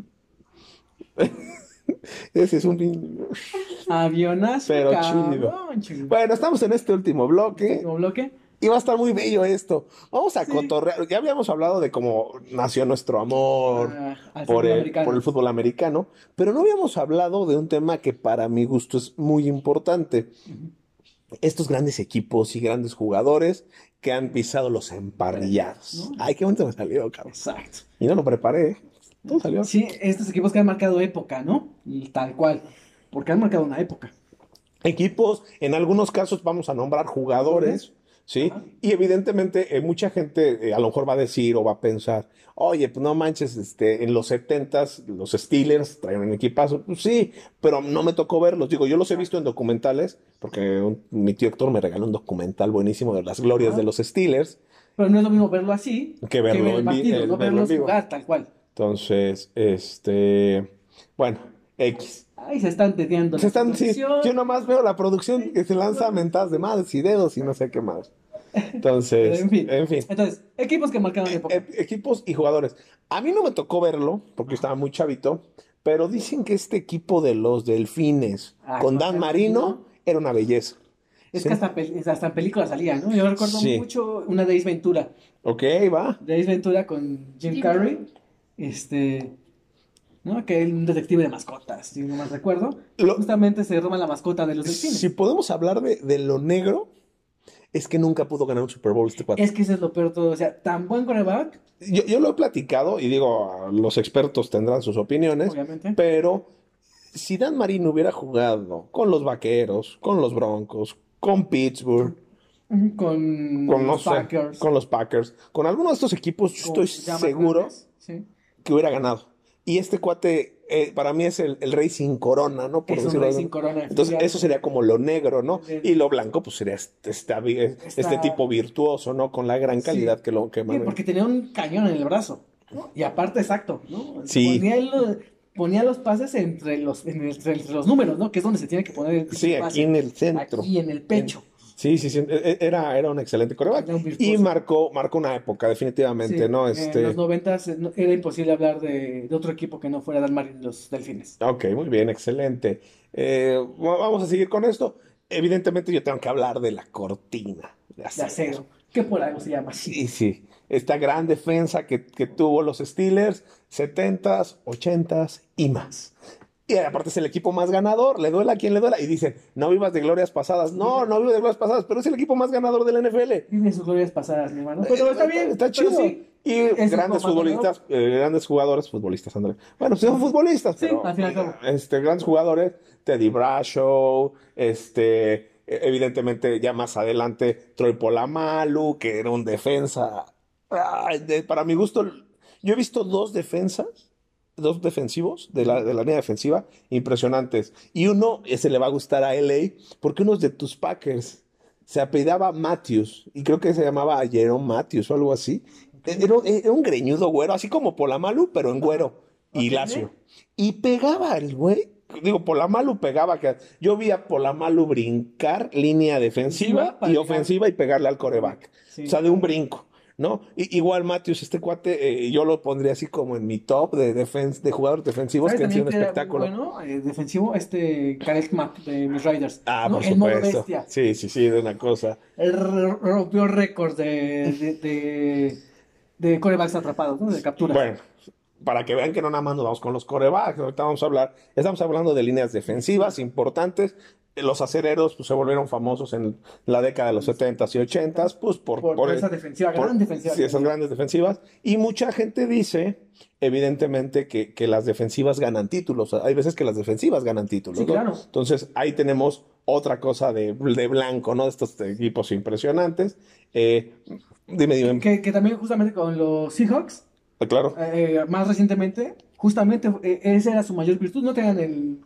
Ese es un... Avionazo. Pero cabrón, chido. Bueno, estamos en este último bloque. Último bloque. Y va a estar muy bello esto. Vamos a cotorrear. Ya habíamos hablado de cómo nació nuestro amor Al por fútbol el, americano. por el fútbol americano, pero no habíamos hablado de un tema que para mi gusto es muy importante. Estos grandes equipos y grandes jugadores que han pisado los emparrillados. ¿No? Ay, qué bonito me salió, cabrón. Exacto. Y no lo preparé, ¿eh? Todo salió. Sí, estos equipos que han marcado época, ¿no? Y tal cual. Porque han marcado una época. Equipos, en algunos casos vamos a nombrar jugadores, ¿sí? Ajá. Y evidentemente mucha gente a lo mejor va a decir o va a pensar, oye, pues no manches, en los 70s los Steelers traían un equipazo. Pues sí, pero no me tocó verlos. Digo, yo los he visto en documentales, porque mi tío Héctor me regaló un documental buenísimo de las glorias Ajá. de los Steelers. Pero no es lo mismo verlo así Que verlo ver el en partido, verlo no en verlos vivo. jugar tal cual. Entonces, bueno, X. Ahí se están teniendo Se están, sí, yo nomás veo la producción que se lanza mentadas de madres y dedos y no sé qué más. Entonces, En fin. Entonces, equipos que marcaron época. equipos y jugadores. A mí no me tocó verlo porque estaba muy chavito, pero dicen que este equipo de los Delfines con Dan Marino era una belleza. Es sí. que hasta en películas salía, ¿no? Yo recuerdo Sí. mucho una de Ace Ventura. Ok, va. De Ace Ventura con Jim Carrey. ¿No? Que es un detective de mascotas, si no mal recuerdo. Justamente se roba la mascota de los delfines. Si podemos hablar de lo negro, es que nunca pudo ganar un Super Bowl este cuate. Es que ese es lo peor de todo. O sea, tan buen quarterback, Yo lo he platicado y digo, los expertos tendrán sus opiniones, obviamente. pero si Dan Marino hubiera jugado con los Vaqueros, con los Broncos, con Pittsburgh, Con con, no los sé, Packers. con los Packers, con alguno de estos equipos, yo con estoy ya más seguro grandes, sí. que hubiera ganado. Y este cuate, para mí es el rey sin corona, ¿no? Por Es un decirlo rey así. sin corona. Entonces, eso sería como lo negro, ¿no? Y lo blanco, pues sería este tipo virtuoso, ¿no? Con la gran calidad Sí. que Sí, maneja. porque tenía un cañón en el brazo, ¿no? Y aparte, exacto, ¿no? Sí. Ponía los pases entre los números, ¿no? Que es donde se tiene que poner el Sí, pase. aquí en el centro. Aquí en el pecho. Sí, era un excelente coreback. Era un virtuoso. Y marcó una época, definitivamente, Sí, ¿no? En los 90s era imposible hablar de otro equipo que no fuera Dan Marino y los Delfines. Ok, muy bien, excelente. Vamos a seguir con esto. Evidentemente yo tengo que hablar de la cortina de De acero. acero. Que por algo se llama así. Sí, sí. Esta gran defensa que tuvo los Steelers, 70s, 80s y más. Y aparte es el equipo más ganador, le duela a quien le duela. Y dicen, no vivas de glorias pasadas. No, no vivo de glorias pasadas, pero es el equipo más ganador del NFL. Tiene sus glorias pasadas, mi hermano. Pero está bien. Está chido. Pero sí, Y es grandes un futbolistas, grandes jugadores, futbolistas, André. Bueno, son futbolistas, Sí, pero al fin y al cabo. grandes jugadores, Teddy Bradshaw, evidentemente ya más adelante Troy Polamalu, que era un defensa. Ay, para mi gusto, yo he visto dos defensivos de la línea defensiva impresionantes. Y uno, ese le va a gustar a LA, porque uno es de tus Packers. Se apellidaba Matthews, y creo que se llamaba Jerome Matthews o algo así. Era un greñudo güero, así como Polamalu, pero en güero y Ok. lacio. Y pegaba el güey. Digo, Polamalu pegaba. Yo vi a Polamalu brincar línea defensiva Para y llegar. ofensiva y pegarle al coreback. Sí. O sea, de un brinco, ¿no? Igual Matthews, este cuate, yo lo pondría así como en mi top de jugadores defensivos ¿Sabes que han sido también un que era muy espectáculo. bueno? Defensivo, Karel Mack de mis Raiders. Ah, ¿no? por El modo supuesto. bestia. Sí, de una cosa. Él rompió récords de corebacks atrapados, ¿no? De capturas. Bueno, para que vean que no nada más nos vamos con los corebacks, ahorita estamos hablando de líneas defensivas importantes. Los acereros pues, se volvieron famosos en la década de los 70s y 80s, pues Por esa defensiva, gran defensiva. Sí, esas grandes defensivas. Y mucha gente dice, evidentemente, que las defensivas ganan títulos. Hay veces que las defensivas ganan títulos, Sí, ¿no? claro. Entonces, ahí tenemos otra cosa de blanco, ¿no? De estos equipos impresionantes. Dime. Que también justamente con los Seahawks, Claro. más recientemente, justamente esa era su mayor virtud. No tenían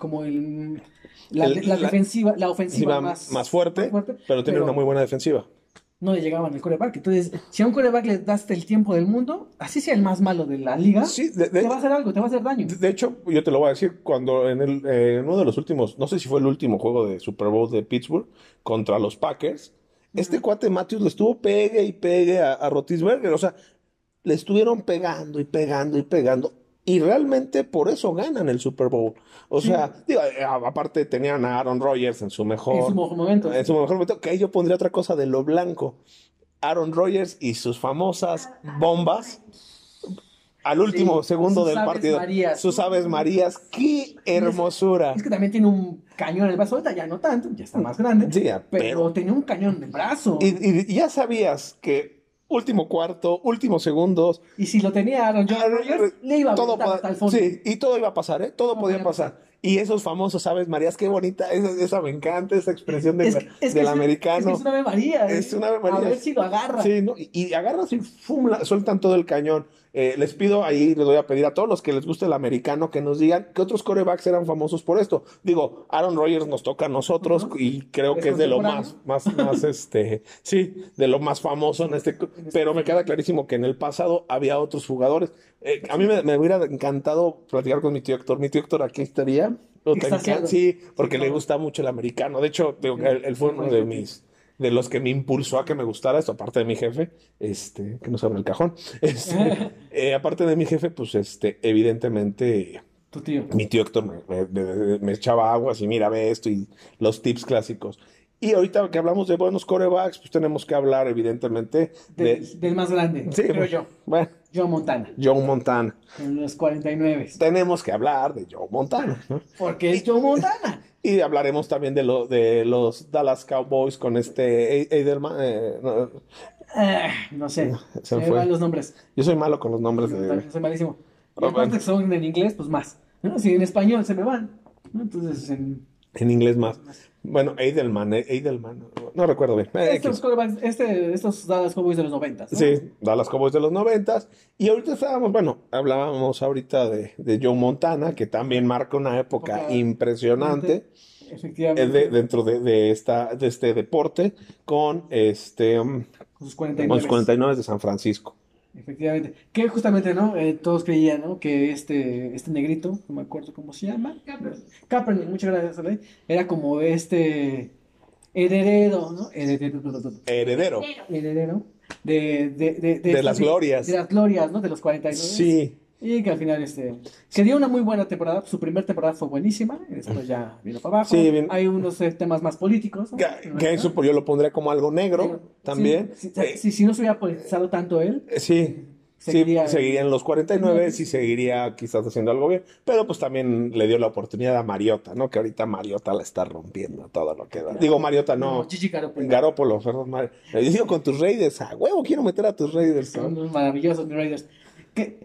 la defensiva, la ofensiva más fuerte, pero tenía una muy buena defensiva. no le llegaban al coreback. Entonces, si a un coreback le das el tiempo del mundo, así sea el más malo de la liga, Sí, te va a hacer algo, te va a hacer daño. de hecho, yo te lo voy a decir, cuando en uno de los últimos, no sé si fue el último juego de Super Bowl de Pittsburgh contra los Packers, este cuate Matthews le estuvo pegue y pegue a Roethlisberger, o sea, le estuvieron pegando y pegando y pegando, y realmente por eso ganan el Super Bowl. O sea, digo, aparte tenían a Aaron Rodgers en su mejor En su mejor momento. en su mejor momento, que ahí yo pondría otra cosa de lo blanco. Aaron Rodgers y sus famosas bombas al último segundo sus del Aves partido. Marías. Sus Aves Marías, qué hermosura. Es que también tiene un cañón en el brazo, ahorita ya no tanto, ya está más grande. Sí, ya, pero tenía un cañón en el brazo. Y ya sabías que último cuarto, últimos segundos, Y si lo tenía Aaron Rodgers, le iba a todo aventar hasta el fondo. sí, y todo iba a pasar, ¿eh? Todo podía pasar. Y esos famosos Aves Marías, qué bonita, esa me encanta, esa expresión del americano. Es una Ave María. Es una Ave María. A ver si lo agarra. Sí, ¿no? Y agarras y ¡fum! Sueltan todo el cañón. Les pido ahí, les voy a pedir a todos los que les guste el americano que nos digan qué otros corebacks eran famosos por esto. Digo, Aaron Rodgers nos toca a nosotros y creo que es de lo más, sí, de lo más famoso en este. Pero me queda clarísimo que en el pasado había otros jugadores. A mí me hubiera encantado platicar con mi tío Héctor. Mi tío Héctor aquí estaría. Sí, porque le gusta mucho el americano. De hecho, digo, él fue uno de los que me impulsó a que me gustara esto, aparte de mi jefe, que no se abre el cajón. Aparte de mi jefe, pues, evidentemente, Tu tío. mi tío Héctor me echaba aguas y mira, ve esto y los tips clásicos. Y ahorita que hablamos de buenos corebacks, pues tenemos que hablar, evidentemente, Del más grande, sí, creo yo. Bueno, Joe Montana. Joe Montana. En los 49. Tenemos que hablar de Joe Montana, ¿no? Porque es Joe Montana. Y hablaremos también de los Dallas Cowboys con Edelman. No sé. Se Se me me fue. van los nombres. Yo soy malo con los nombres Yo de. también soy malísimo. Y Oh, aparte bueno. que son en inglés, pues más. ¿No? Si en español se me van. ¿No? Entonces, En inglés más. Bueno, Edelman, no recuerdo bien. estos quarterbacks, estos Dallas Cowboys de los 90, ¿no? Sí, Dallas Cowboys de los 90s. Y ahorita hablábamos ahorita de Joe Montana, que también marca una época impresionante Efectivamente. dentro de este deporte con Con sus 49. los 49 de San Francisco. Efectivamente. Que justamente, ¿no? Todos creían, ¿no? Que este negrito, no me acuerdo cómo se llama. Kaepernick, muchas gracias, Ale. Era como heredero, ¿no? Heredero. Heredero De las glorias. De las glorias, ¿no? De los 49. Sí. Y que al final, que dio una muy buena temporada. Su primera temporada fue buenísima. Después ya vino para abajo. Sí, bien. Hay unos temas más políticos, ¿no? Que eso pues, yo lo pondría como algo negro también. Sí, si no se hubiera politizado tanto él, Sí. seguiría en los 49, sí seguiría quizás haciendo algo bien, pero pues también le dio la oportunidad a Mariota, ¿no? Que ahorita Mariota la está rompiendo todo lo que da. Digo, Mariota no. Gigi Garoppolo. Garoppolo, perdón, yo digo con tus Raiders, a huevo, quiero meter a tus Raiders. Son unos maravillosos mis Raiders. Que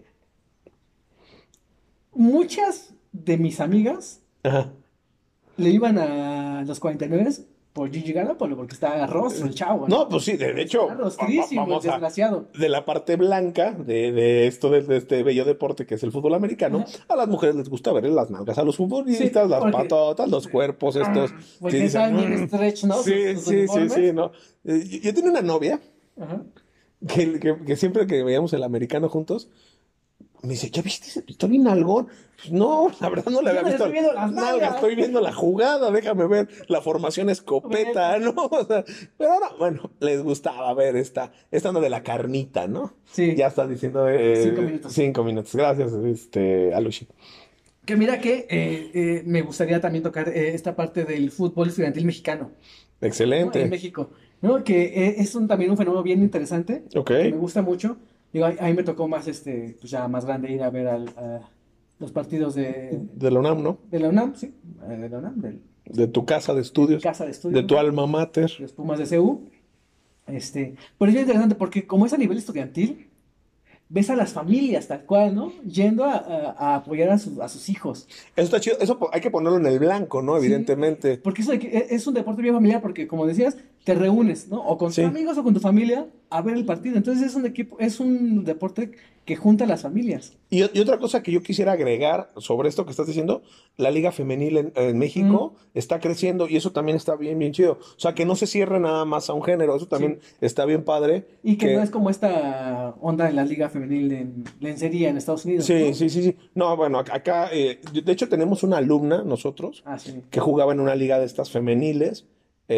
muchas de mis amigas Ajá. le iban a los 49 por Gigi Garoppolo, porque está rostro el chavo. No, pues sí, de hecho, Está rostrísimo, el vamos a, desgraciado. de la parte blanca de esto, de este bello deporte que es el fútbol americano, Ajá. a las mujeres les gusta ver las nalgas a los futbolistas, Sí, las porque- patotas, los cuerpos estos. Porque Sí, dicen, están bien stretch, ¿no? Sí, Sus sí, sí, uniformes. sí, ¿no? Yo tenía una novia Ajá. que siempre que veíamos el americano juntos, me dice, ¿ya viste ese pito bien algo? Pues no, la verdad no le Yo había no le visto estoy viendo las nalgas. estoy viendo la jugada, déjame ver la formación escopeta, ¿no? O sea, pero no, bueno, les gustaba ver esta onda de la carnita, ¿no? Sí. Ya está diciendo 5 minutos. 5 minutos. Gracias, Alushi. Que mira que me gustaría también tocar esta parte del fútbol estudiantil mexicano, ¿no? Excelente. En México, ¿no? Que es también un fenómeno bien interesante. Ok. Que me gusta mucho. Digo, a mí me tocó más, pues ya más grande ir a ver a los partidos De la UNAM, ¿no? de la UNAM, sí, de la UNAM, de De tu casa de estudios. casa de estudios, De tu alma mater. los Pumas de CU. Pero es bien interesante porque como es a nivel estudiantil, ves a las familias tal cual, ¿no? Yendo a apoyar a sus hijos. Eso está chido. Eso hay que ponerlo en el blanco, ¿no? Sí. Evidentemente. Porque eso es un deporte bien familiar porque, como decías, te reúnes, ¿no? O con Sí. tus amigos o con tu familia a ver el partido. Entonces es un deporte que junta a las familias. Y otra cosa que yo quisiera agregar sobre esto que estás diciendo, la liga femenil en México está creciendo y eso también está bien, bien chido. O sea, que no se cierre nada más a un género, eso también está bien padre. Y que no es como esta onda de la liga femenil en lencería en Estados Unidos, Sí, ¿no? sí. No, bueno, acá, de hecho tenemos una alumna, nosotros, Ah, sí. que jugaba en una liga de estas femeniles.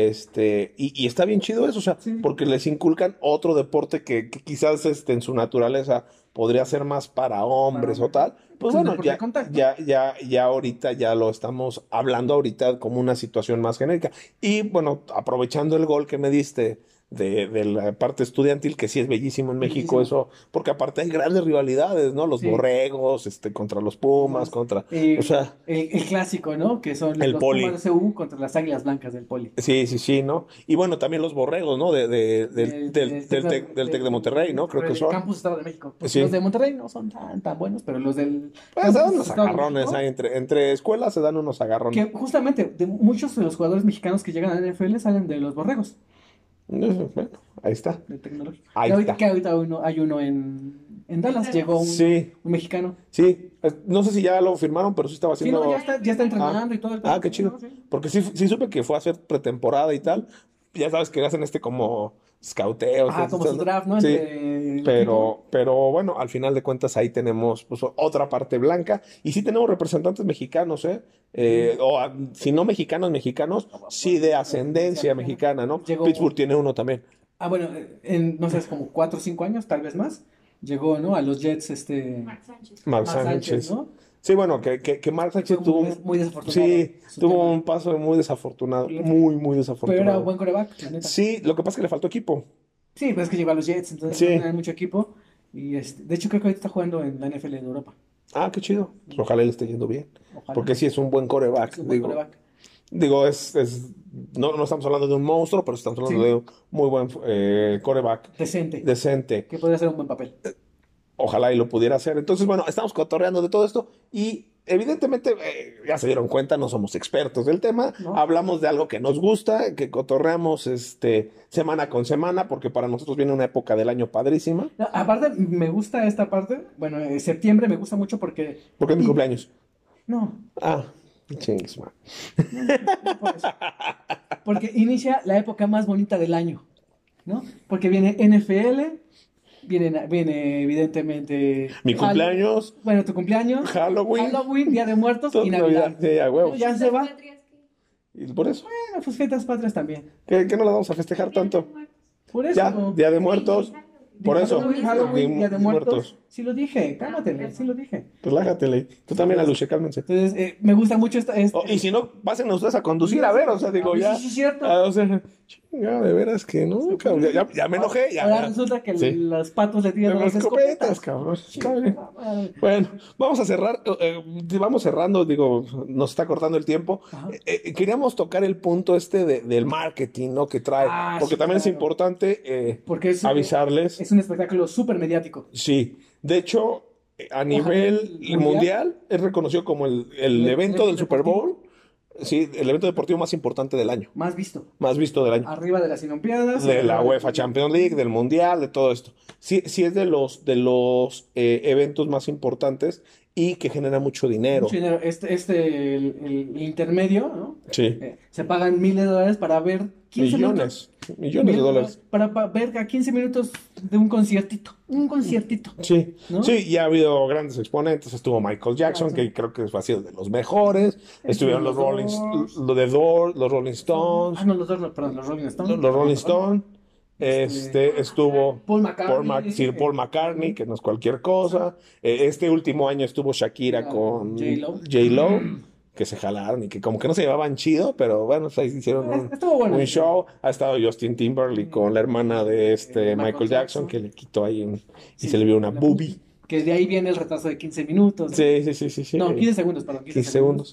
Y está bien chido eso, o sea, Sí. porque les inculcan otro deporte que quizás en su naturaleza podría ser más para hombres o tal. Pues Es un bueno, deporte de contacto. ya ahorita ya lo estamos hablando ahorita como una situación más genérica. Y bueno, aprovechando el gol que me diste de la parte estudiantil, que sí es bellísimo en México Bellísimo. eso, porque aparte hay grandes rivalidades, ¿no? Los Sí. borregos, contra los Pumas, contra, o sea, El clásico, ¿no? Que son El los Poli. Pumas de CU contra las Águilas Blancas del Poli. sí, ¿no? Y bueno, también los borregos, ¿no? del Tec de Monterrey, ¿no? Creo que del son. Campus Estado de México. Pues Sí. los de Monterrey no son tan buenos, pero los del Pues se dan Campus unos Estado de agarrones México, ahí, entre escuelas se dan unos agarrones. que justamente de muchos de los jugadores mexicanos que llegan a la NFL salen de los borregos Bueno, ahí está. de tecnológico. Ahí está. Que ahorita hay uno en Dallas, llegó Sí. un mexicano. Sí, no sé si ya lo firmaron, pero sí estaba Sí, haciendo. no, ya está entrenando y todo el Qué chido. ¿no? Sí. Porque sí supe que fue a hacer pretemporada y tal. Ya sabes que hacen como scouteo. Como su draft, ¿no? Sí. Entre el equipo. Pero bueno, al final de cuentas ahí tenemos pues, otra parte blanca. Y sí tenemos representantes mexicanos, ¿eh? Si no mexicanos, sí de ascendencia mexicana, ¿no? Llegó- Pittsburgh tiene uno también. Bueno, no sé, es como 4 o 5 años, tal vez más. Llegó, ¿no? A los Jets, Mark Sánchez. Mark Mark Sánchez. ¿no? Sí, bueno, que Mark Sánchez Fue tuvo muy desafortunado sí, su tuvo tema. un paso muy desafortunado, muy Pero desafortunado. era buen coreback, la neta. Sí, lo que pasa es que le faltó equipo. Sí, pues es que llegó a los Jets, entonces Sí. no tenían mucho equipo. Y de hecho, creo que ahorita está jugando en la NFL de Europa. Ah, qué chido. Pues ojalá le esté yendo bien. Ojalá. Porque sí es un buen coreback. Es un buen Digo, coreback. no estamos hablando de un monstruo, pero estamos hablando Sí. de un muy buen coreback Decente. decente. Que podría ser un buen papel. Ojalá y lo pudiera hacer. Entonces, bueno, estamos cotorreando de todo esto y evidentemente, ya se dieron cuenta, no somos expertos del tema. No. Hablamos de algo que nos gusta, que cotorreamos semana con semana, porque para nosotros viene una época del año padrísima. No, aparte, me gusta esta parte. Bueno, septiembre me gusta mucho porque. Porque es mi cumpleaños. No, Ah, chingues, man. no por eso. Porque inicia la época más bonita del año, ¿no? Porque viene NFL, viene evidentemente. Mi cumpleaños, Bueno, tu cumpleaños. Halloween, Día de Muertos todo y Navidad. Sí, a huevo. Ya se va. Patrias, ¿qué? Y por eso, Bueno, pues fiestas patrias también. ¿qué no la vamos a festejar tanto? Por eso. Ya, Día de Muertos. Por eso, Halloween, Día de Muertos. Sí lo dije, cálmate, Ley, sí lo dije. Relájate, Ley. Tú también, Aluche, cálmense. Entonces, me gusta mucho Y si no, pasen a ustedes a conducir, a ver, o sea, digo, ya. Sí, sí, cierto. O sea, chinga, de veras que no, cabrón. Ya me enojé, ya. Ahora resulta que Sí. los patos le tiran Las las escopetas, escopetas. cabrón. Está bien. Bueno, vamos a cerrar, vamos cerrando, digo, nos está cortando el tiempo. Ajá. Queríamos tocar el punto del marketing, ¿no? Que trae, porque Sí, también es claro. importante Porque avisarles. es un espectáculo súper mediático. Sí, de hecho, a nivel mundial es reconocido como el evento del Super Bowl, sí, el evento deportivo más importante del año, Más visto. más visto del año. Arriba de las Olimpiadas. De la arriba UEFA Champions League, del Mundial, de todo esto. Sí, sí es de los eventos más importantes y que genera mucho dinero. Mucho dinero. El intermedio, ¿no? Sí. Se pagan $1,000 para ver 15 minutos. Millones de dólares. Para ver a 15 minutos de un conciertito. Un conciertito. Sí, ¿No? sí, y ha habido grandes exponentes. Estuvo Michael Jackson, que creo que ha sido de los mejores. Estuvieron los los Rolling, Doors. los The Doors, los Rolling Stones, Ah, no, los dos, no, perdón, los Rolling Stones. los Rolling Stones. Estuvo Paul McCartney. Paul McCartney, que no es cualquier cosa. Este último año estuvo Shakira con J-Lo, que se jalaron y que como que no se llevaban chido, pero bueno, pues ahí hicieron Estuvo bueno. un show. Ha estado Justin Timberlake con la hermana de Michael Michael Jackson, Jackson. que le quitó ahí y Sí, se le vio una la boobie. Que de ahí viene el retraso de 15 minutos. Sí. No, 15 segundos, perdón. 15 segundos.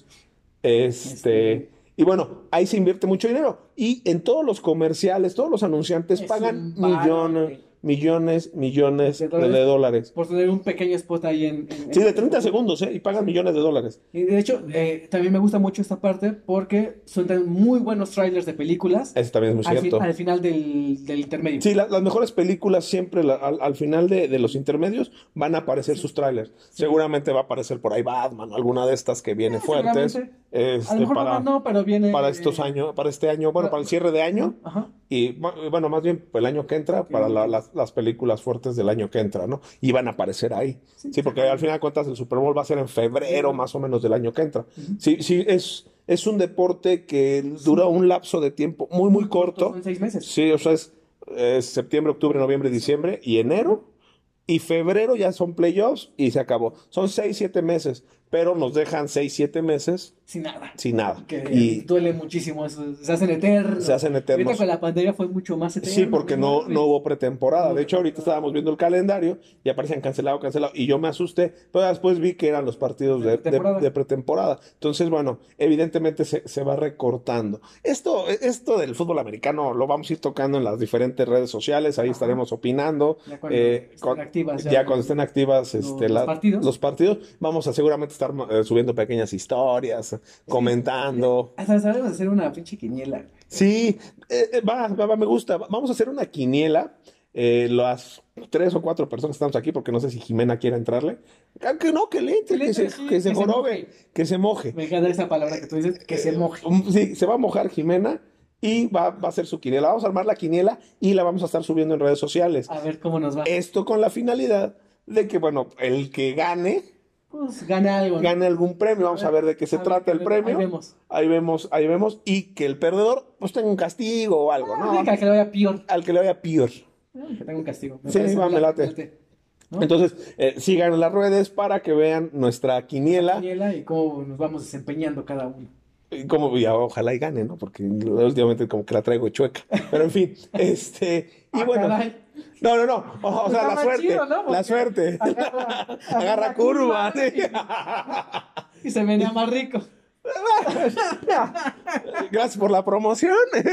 Y bueno, ahí se invierte mucho dinero. Y en todos los comerciales, todos los anunciantes Es pagan un varo, millones ¿De de dólares. Por tener un pequeño spot ahí en Sí, de 30 segundos, y pagan millones de dólares. Y de hecho, también me gusta mucho esta parte porque son muy buenos trailers de películas Eso también es muy cierto. al final del intermedio. Sí, las mejores películas siempre al final de los intermedios van a aparecer sus trailers. Seguramente va a aparecer por ahí Batman, alguna de estas que viene fuertes. Seguramente. A lo mejor Batman no, pero viene... para estos años, para este año, bueno, para el cierre de año. Ajá. Y bueno, más bien el año que entra, para las películas fuertes del año que entra, ¿no? Y van a aparecer ahí. Sí, porque al final de cuentas el Super Bowl va a ser en febrero más o menos del año que entra. Sí, es un deporte que dura un lapso de tiempo muy corto. Son 6 meses. Sí, o sea, es septiembre, octubre, noviembre, diciembre y enero. Y febrero ya son playoffs y se acabó. Son 6, 7 meses, pero nos dejan 6, 7 meses Sin nada. sin nada. Que duele muchísimo eso. Se hacen eternos. Se hacen eternos. Ahorita con la pandemia fue mucho más eterno. Sí, porque no hubo pretemporada. De hecho, ahorita estábamos viendo el calendario y aparecían cancelado. Y yo me asusté, pero después vi que eran los partidos de pretemporada. Entonces, bueno, evidentemente se va recortando. Esto del fútbol americano lo vamos a ir tocando en las diferentes redes sociales. Ahí estaremos opinando. Ya cuando estén activas los partidos, vamos a seguramente estar subiendo pequeñas historias, comentando. Hasta sabemos hacer una pinche quiniela. Sí, me gusta. Vamos a hacer una quiniela. Las 3 o 4 personas que estamos aquí, porque no sé si Jimena quiere entrarle. Que no, que le entre, que se jorobe, que se moje. Me encanta esa palabra que tú dices, que se moje. Sí, se va a mojar Jimena y va a hacer su quiniela. Vamos a armar la quiniela y la vamos a estar subiendo en redes sociales. A ver cómo nos va. Esto con la finalidad de que, bueno, el que gane, pues gane algo, ¿no? Gane algún premio. Vamos a ver de qué se trata el premio. Ahí vemos. Y que el perdedor, pues tenga un castigo o algo, ¿no? Al que le vaya peor. Al que le vaya peor. Que tenga un castigo. Sí, me late. ¿No? Entonces, sigan las redes para que vean nuestra quiniela. Y cómo nos vamos desempeñando cada uno. Ojalá y gane, ¿no? Porque últimamente como que la traigo chueca. Pero en fin, y bueno. Caray. No. O sea, la suerte. Chido, ¿no? La suerte. Agarra curva. Sí. Y se venía más rico. Gracias por la promoción.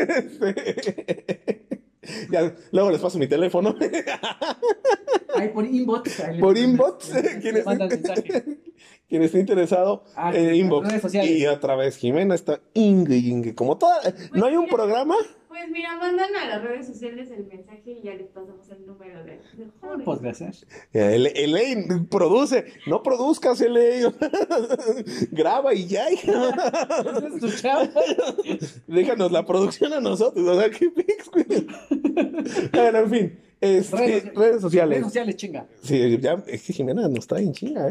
Ya, luego les paso mi teléfono. Ahí por inbox. Por inbox. Quien esté interesado, inbox. Y otra vez, Jimena está Inge. Como toda. ¿No hay un programa? Pues mira, mandan a las redes sociales el mensaje y ya les pasamos el número de jóvenes. Pues gracias. Elaine produce. No produzcas, Elaine. Graba y ya. Déjanos la producción a nosotros. O sea, qué pix, güey. Bueno, en fin. Redes sociales. Redes sociales, chinga. Sí, ya, es que Jimena no está en chinga,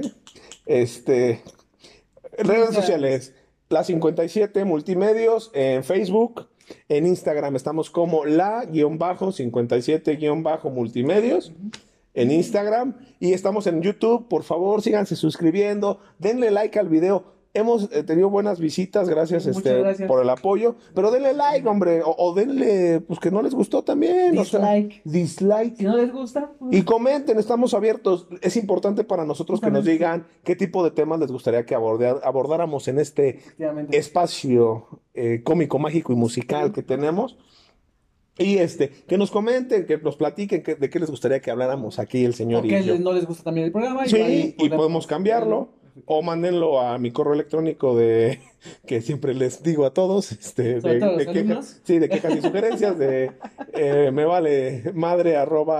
redes sociales. La 57 Multimedios en Facebook. En Instagram estamos como la-57-multimedios. en Instagram y estamos en YouTube. Por favor, síganse suscribiendo, denle like al video. Hemos tenido buenas visitas, gracias, Muchas gracias por el apoyo. Pero denle like, hombre, o denle, pues que no les gustó también. Dislike. Dislike. Si no les gusta, pues, Y comenten, estamos abiertos. Es importante para nosotros que nos digan qué tipo de temas les gustaría que abordáramos en este efectivamente. espacio cómico, mágico y musical que tenemos. Y que nos comenten, que nos platiquen de qué les gustaría que habláramos aquí el señor O y que yo. no les gusta también el programa. Sí, ahí y podemos cambiarlo. O mándenlo a mi correo electrónico que siempre les digo a todos, Sobre todo a los alumnos. sí, de quejas y sugerencias, me vale madre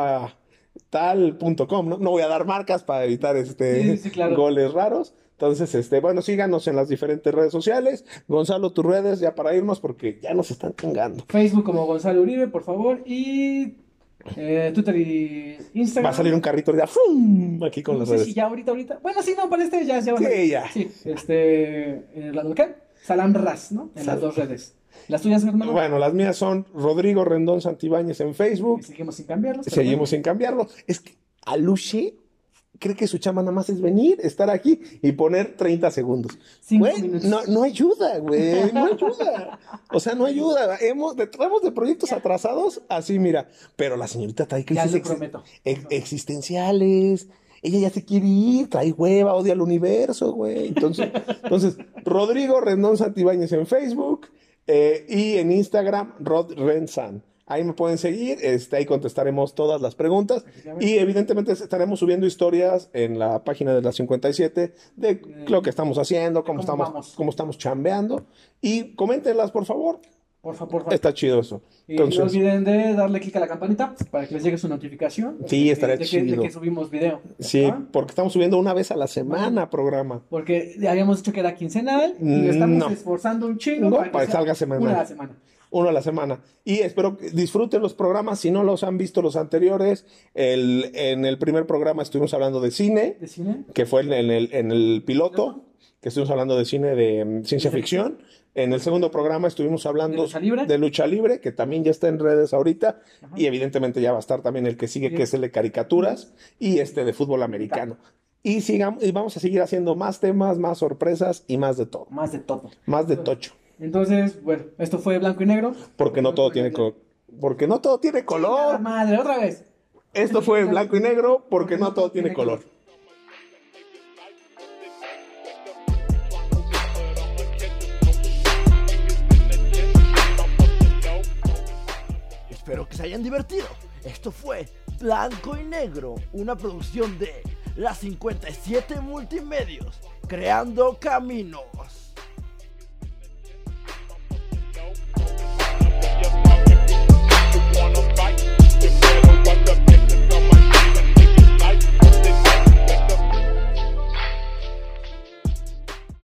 @tal.com, ¿no? No voy a dar marcas para evitar Sí, claro. goles raros. Entonces, bueno, síganos en las diferentes redes sociales. Gonzalo, tus redes, ya para irnos, porque ya nos están chingando. Facebook como Gonzalo Uribe, por favor. Y Twitter y Instagram. Va a salir un carrito ya, ¡fum! Aquí con No las sé redes. si ya ahorita. Bueno, sí, no, para ya van a- Sí, ya. Sí, ¿qué? Salam Ras, ¿no? En las dos redes. ¿Las tuyas, hermano? Bueno, las mías son Rodrigo Rendón Santibáñez en Facebook. Y seguimos sin cambiarlos. pero Seguimos sin cambiarlo. Es que Aluche cree que su chamba nada más es venir, estar aquí y poner 30 segundos. 5 Güey, minutos. no ayuda, güey, no ayuda. O sea, no ayuda. Traemos de proyectos atrasados, así mira. Pero la señorita trae Ya crisis lo prometo. existenciales. Ella ya se quiere ir, trae hueva, odia al universo, güey. Entonces, Rodrigo Rendón Santibáñez en Facebook y en Instagram, Rod Rensan. Ahí me pueden seguir, ahí contestaremos todas las preguntas y evidentemente estaremos subiendo historias en la página de la 57 de lo que estamos haciendo, cómo estamos chambeando y coméntenlas, por favor. Por favor. Está chido eso. Y no olviden de darle clic a la campanita para que les llegue su notificación. Sí, estaría de chido. que subimos video. Sí, ¿Ah? porque estamos subiendo una vez a la semana programa. Porque habíamos dicho que era quincenal y lo estamos esforzando un chingo No, para que para que sea salga semanal. una a la semana. Uno a la semana. Y espero que disfruten los programas. Si no los han visto los anteriores, en el primer programa estuvimos hablando de cine, ¿De cine? que fue en el piloto, que estuvimos hablando de cine de ciencia ficción. En el segundo programa estuvimos hablando ¿De lucha libre, que también ya está en redes ahorita. Ajá. Y evidentemente ya va a estar también el que sigue, que es el de caricaturas, y de fútbol americano. Y vamos a seguir haciendo más temas, más sorpresas y más de todo. Más de todo. Más de tocho. Entonces, bueno, esto fue Blanco y Negro. Porque no todo tiene color. ¡Chingada madre, otra vez! Esto fue Blanco y Negro porque no todo tiene color. Espero que se hayan divertido. Esto fue Blanco y Negro, una producción de la 57 Multimedios, creando camino.